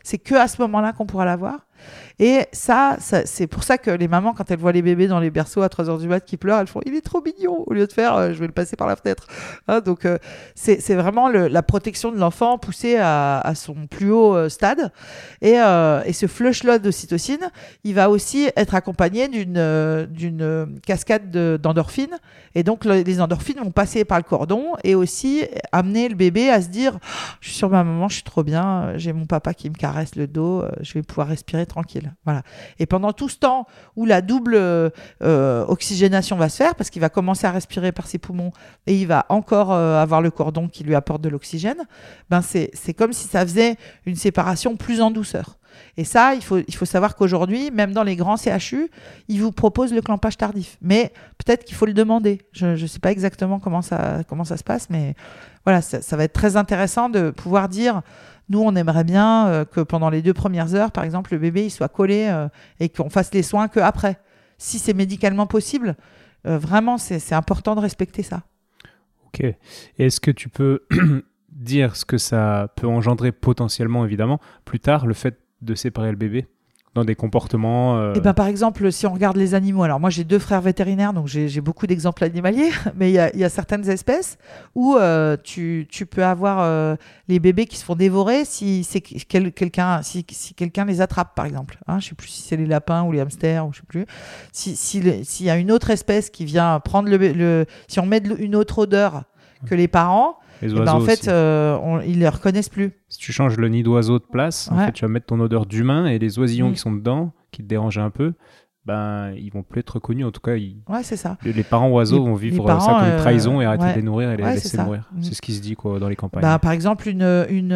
C'est que à ce moment-là qu'on pourra l'avoir. Et ça, c'est pour ça que les mamans, quand elles voient les bébés dans les berceaux à 3h du mat qui pleurent, elles font « il est trop mignon » au lieu de faire je vais le passer par la fenêtre. Hein, donc, c'est vraiment la protection de l'enfant poussée à son plus haut stade. Et ce flush-lot d'ocytocine, il va aussi être accompagné d'une cascade d'endorphines. Et donc, les endorphines vont passer par le cordon et aussi amener le bébé à se dire oh, « je suis sur ma maman, je suis trop bien, j'ai mon papa qui me caresse le dos, je vais pouvoir respirer tranquille. » Voilà. Et pendant tout ce temps où la double oxygénation va se faire, parce qu'il va commencer à respirer par ses poumons et il va encore avoir le cordon qui lui apporte de l'oxygène, ben c'est comme si ça faisait une séparation plus en douceur. Et ça, il faut savoir qu'aujourd'hui, même dans les grands CHU, ils vous proposent le clampage tardif. Mais peut-être qu'il faut le demander. Je ne sais pas exactement comment ça se passe, mais voilà, ça va être très intéressant de pouvoir dire, nous, on aimerait bien que pendant les 2 premières heures, par exemple, le bébé il soit collé et qu'on fasse les soins qu'après. Si c'est médicalement possible, vraiment, c'est important de respecter ça. Ok. Et est-ce que tu peux dire ce que ça peut engendrer potentiellement, évidemment, plus tard, le fait de séparer le bébé dans des comportements Et ben, par exemple, si on regarde les animaux, alors moi j'ai 2 frères vétérinaires, donc j'ai beaucoup d'exemples animaliers, mais il y a certaines espèces où tu peux avoir les bébés qui se font dévorer si quelqu'un les attrape, par exemple. Hein, je sais plus si c'est les lapins ou les hamsters, ou je sais plus. S'il y a une autre espèce qui vient prendre si on met une autre odeur que les parents, les oiseaux en fait, ils ne les reconnaissent plus. Si tu changes le nid d'oiseau de place, en fait, tu vas mettre ton odeur d'humain et les oisillons qui sont dedans, qui te dérangent un peu, ben, ils vont plus être reconnus. En tout cas, c'est ça. Les parents oiseaux vont vivre ça comme une trahison et arrêter de les nourrir et les laisser mourir. C'est ce qui se dit quoi, dans les campagnes. Bah, par exemple, une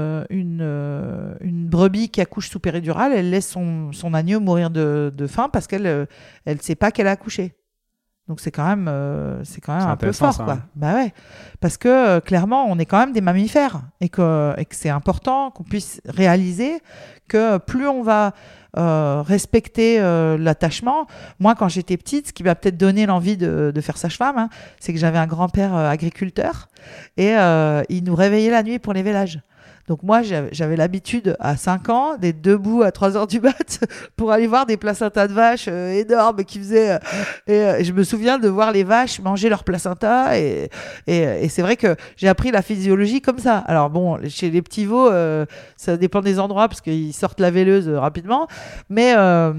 brebis qui accouche sous péridurale, elle laisse son agneau mourir de faim parce qu'elle ne sait pas qu'elle a accouché. Donc c'est quand même un peu fort, ça, quoi. Hein. Bah ouais, parce que clairement on est quand même des mammifères et que c'est important qu'on puisse réaliser que plus on va respecter l'attachement. Moi, quand j'étais petite, ce qui m'a peut-être donné l'envie de faire sage-femme, hein, c'est que j'avais un grand-père agriculteur et il nous réveillait la nuit pour les vélages. Donc moi, j'avais l'habitude à 5 ans d'être debout à 3h du mat pour aller voir des placentas de vaches énormes qui faisaient... et je me souviens de voir les vaches manger leur placenta. Et c'est vrai que j'ai appris la physiologie comme ça. Alors bon, chez les petits veaux, ça dépend des endroits parce qu'ils sortent la véleuse rapidement. Mais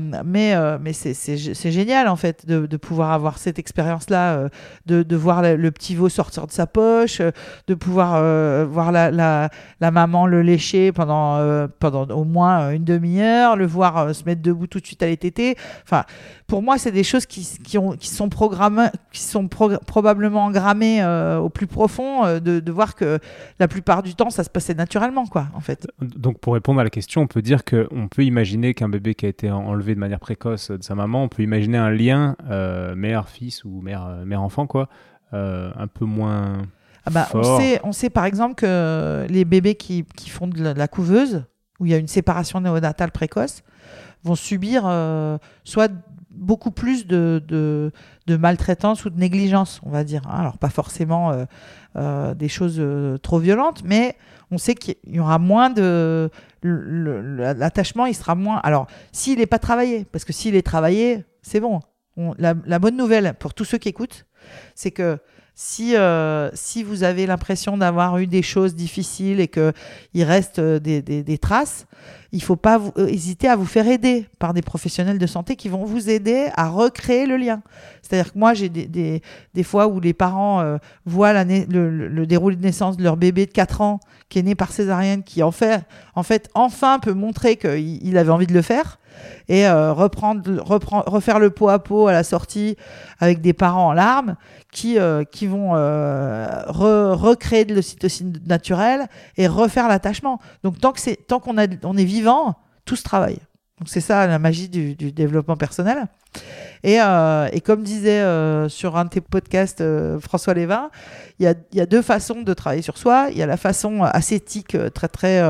c'est génial en fait de pouvoir avoir cette expérience-là, de voir le petit veau sortir de sa poche, de pouvoir voir la maman le lécher pendant au moins une demi-heure, le voir se mettre debout tout de suite à les téter. Enfin, pour moi, c'est des choses qui sont programmées, qui sont probablement engrammées au plus profond, de voir que la plupart du temps, ça se passait naturellement, quoi, en fait. Donc, pour répondre à la question, on peut dire qu'on peut imaginer qu'un bébé qui a été enlevé de manière précoce de sa maman, on peut imaginer un lien mère-fils ou mère-enfant, quoi, un peu moins... on sait par exemple que les bébés qui font de la couveuse, où il y a une séparation néonatale précoce, vont subir soit beaucoup plus de maltraitance ou de négligence, on va dire. Hein. Alors, pas forcément des choses trop violentes, mais on sait qu'il y aura moins de... L'attachement, il sera moins... Alors, s'il n'est pas travaillé, parce que s'il est travaillé, c'est bon. La bonne nouvelle pour tous ceux qui écoutent, c'est que si vous avez l'impression d'avoir eu des choses difficiles et qu'il reste des traces, il ne faut pas hésiter à vous faire aider par des professionnels de santé qui vont vous aider à recréer le lien. C'est-à-dire que moi, j'ai des fois où les parents voient le déroulé de naissance de leur bébé de 4 ans qui est né par césarienne, qui en fait enfin peut montrer qu'il avait envie de le faire et refaire le pot à pot à la sortie avec des parents en larmes qui vont recréer de l'ocytocine naturelle et refaire l'attachement. Donc tant qu'on est vivant, tout se travaille. Donc c'est ça la magie du développement personnel. Et comme disait sur un de tes podcasts François Lévin, il y a 2 façons de travailler sur soi. Il y a la façon ascétique, très très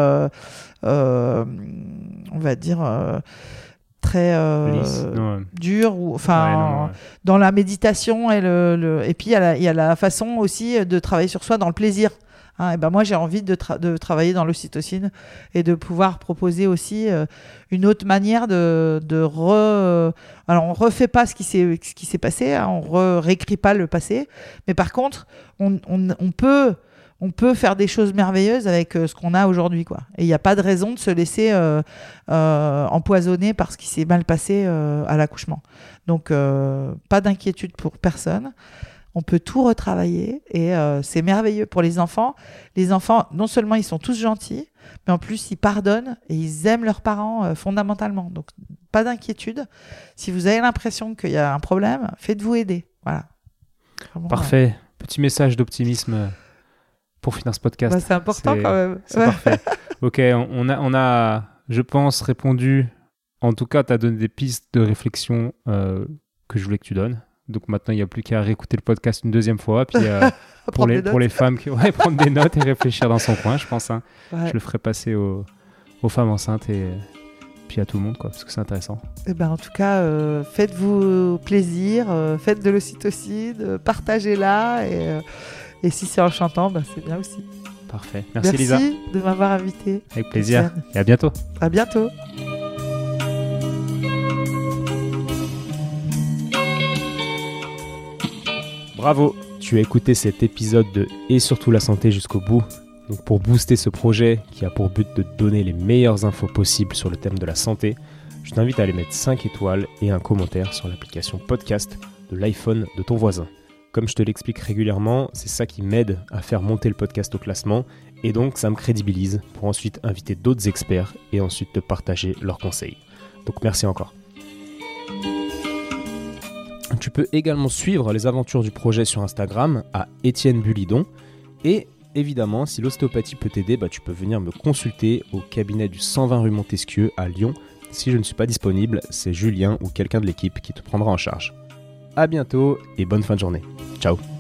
on va dire très dur, ou enfin dans la méditation et puis il y a la façon aussi de travailler sur soi dans le plaisir. Hein, et ben moi, j'ai envie de travailler dans l'ocytocine et de pouvoir proposer aussi une autre manière Alors, on refait pas ce qui s'est passé, hein, on réécrit pas le passé, mais par contre, on peut faire des choses merveilleuses avec ce qu'on a aujourd'hui, quoi. Et il n'y a pas de raison de se laisser empoisonner par ce qui s'est mal passé à l'accouchement. Donc, pas d'inquiétude pour personne. On peut tout retravailler et c'est merveilleux pour les enfants. Les enfants, non seulement ils sont tous gentils, mais en plus ils pardonnent et ils aiment leurs parents fondamentalement. Donc, pas d'inquiétude. Si vous avez l'impression qu'il y a un problème, faites-vous aider. Voilà. Vraiment, parfait. Petit message d'optimisme pour finir ce podcast. Bah, c'est important quand même. C'est parfait. Ok, on a, je pense, répondu. En tout cas, tu as donné des pistes de réflexion que je voulais que tu donnes. Donc maintenant, il n'y a plus qu'à réécouter le podcast une deuxième fois. Puis pour les femmes qui prendre des notes et réfléchir dans son coin, je pense. Hein. Ouais. Je le ferai passer aux femmes enceintes et puis à tout le monde, quoi, parce que c'est intéressant. Et ben, en tout cas, faites-vous plaisir, faites de l'ocytocine, partagez-la. Et si c'est enchantant, ben, c'est bien aussi. Parfait. Merci Lisa. Merci de m'avoir invité. Avec plaisir. Et à bientôt. À bientôt. Bravo, tu as écouté cet épisode de Et surtout la santé jusqu'au bout. Donc pour booster ce projet qui a pour but de te donner les meilleures infos possibles sur le thème de la santé, je t'invite à aller mettre 5 étoiles et un commentaire sur l'application podcast de l'iPhone de ton voisin. Comme je te l'explique régulièrement, c'est ça qui m'aide à faire monter le podcast au classement et donc ça me crédibilise pour ensuite inviter d'autres experts et ensuite te partager leurs conseils. Donc merci encore. Tu peux également suivre les aventures du projet sur Instagram à Étienne Bulidon. Et évidemment, si l'ostéopathie peut t'aider, tu peux venir me consulter au cabinet du 120 rue Montesquieu à Lyon. Si je ne suis pas disponible, c'est Julien ou quelqu'un de l'équipe qui te prendra en charge. À bientôt et bonne fin de journée. Ciao.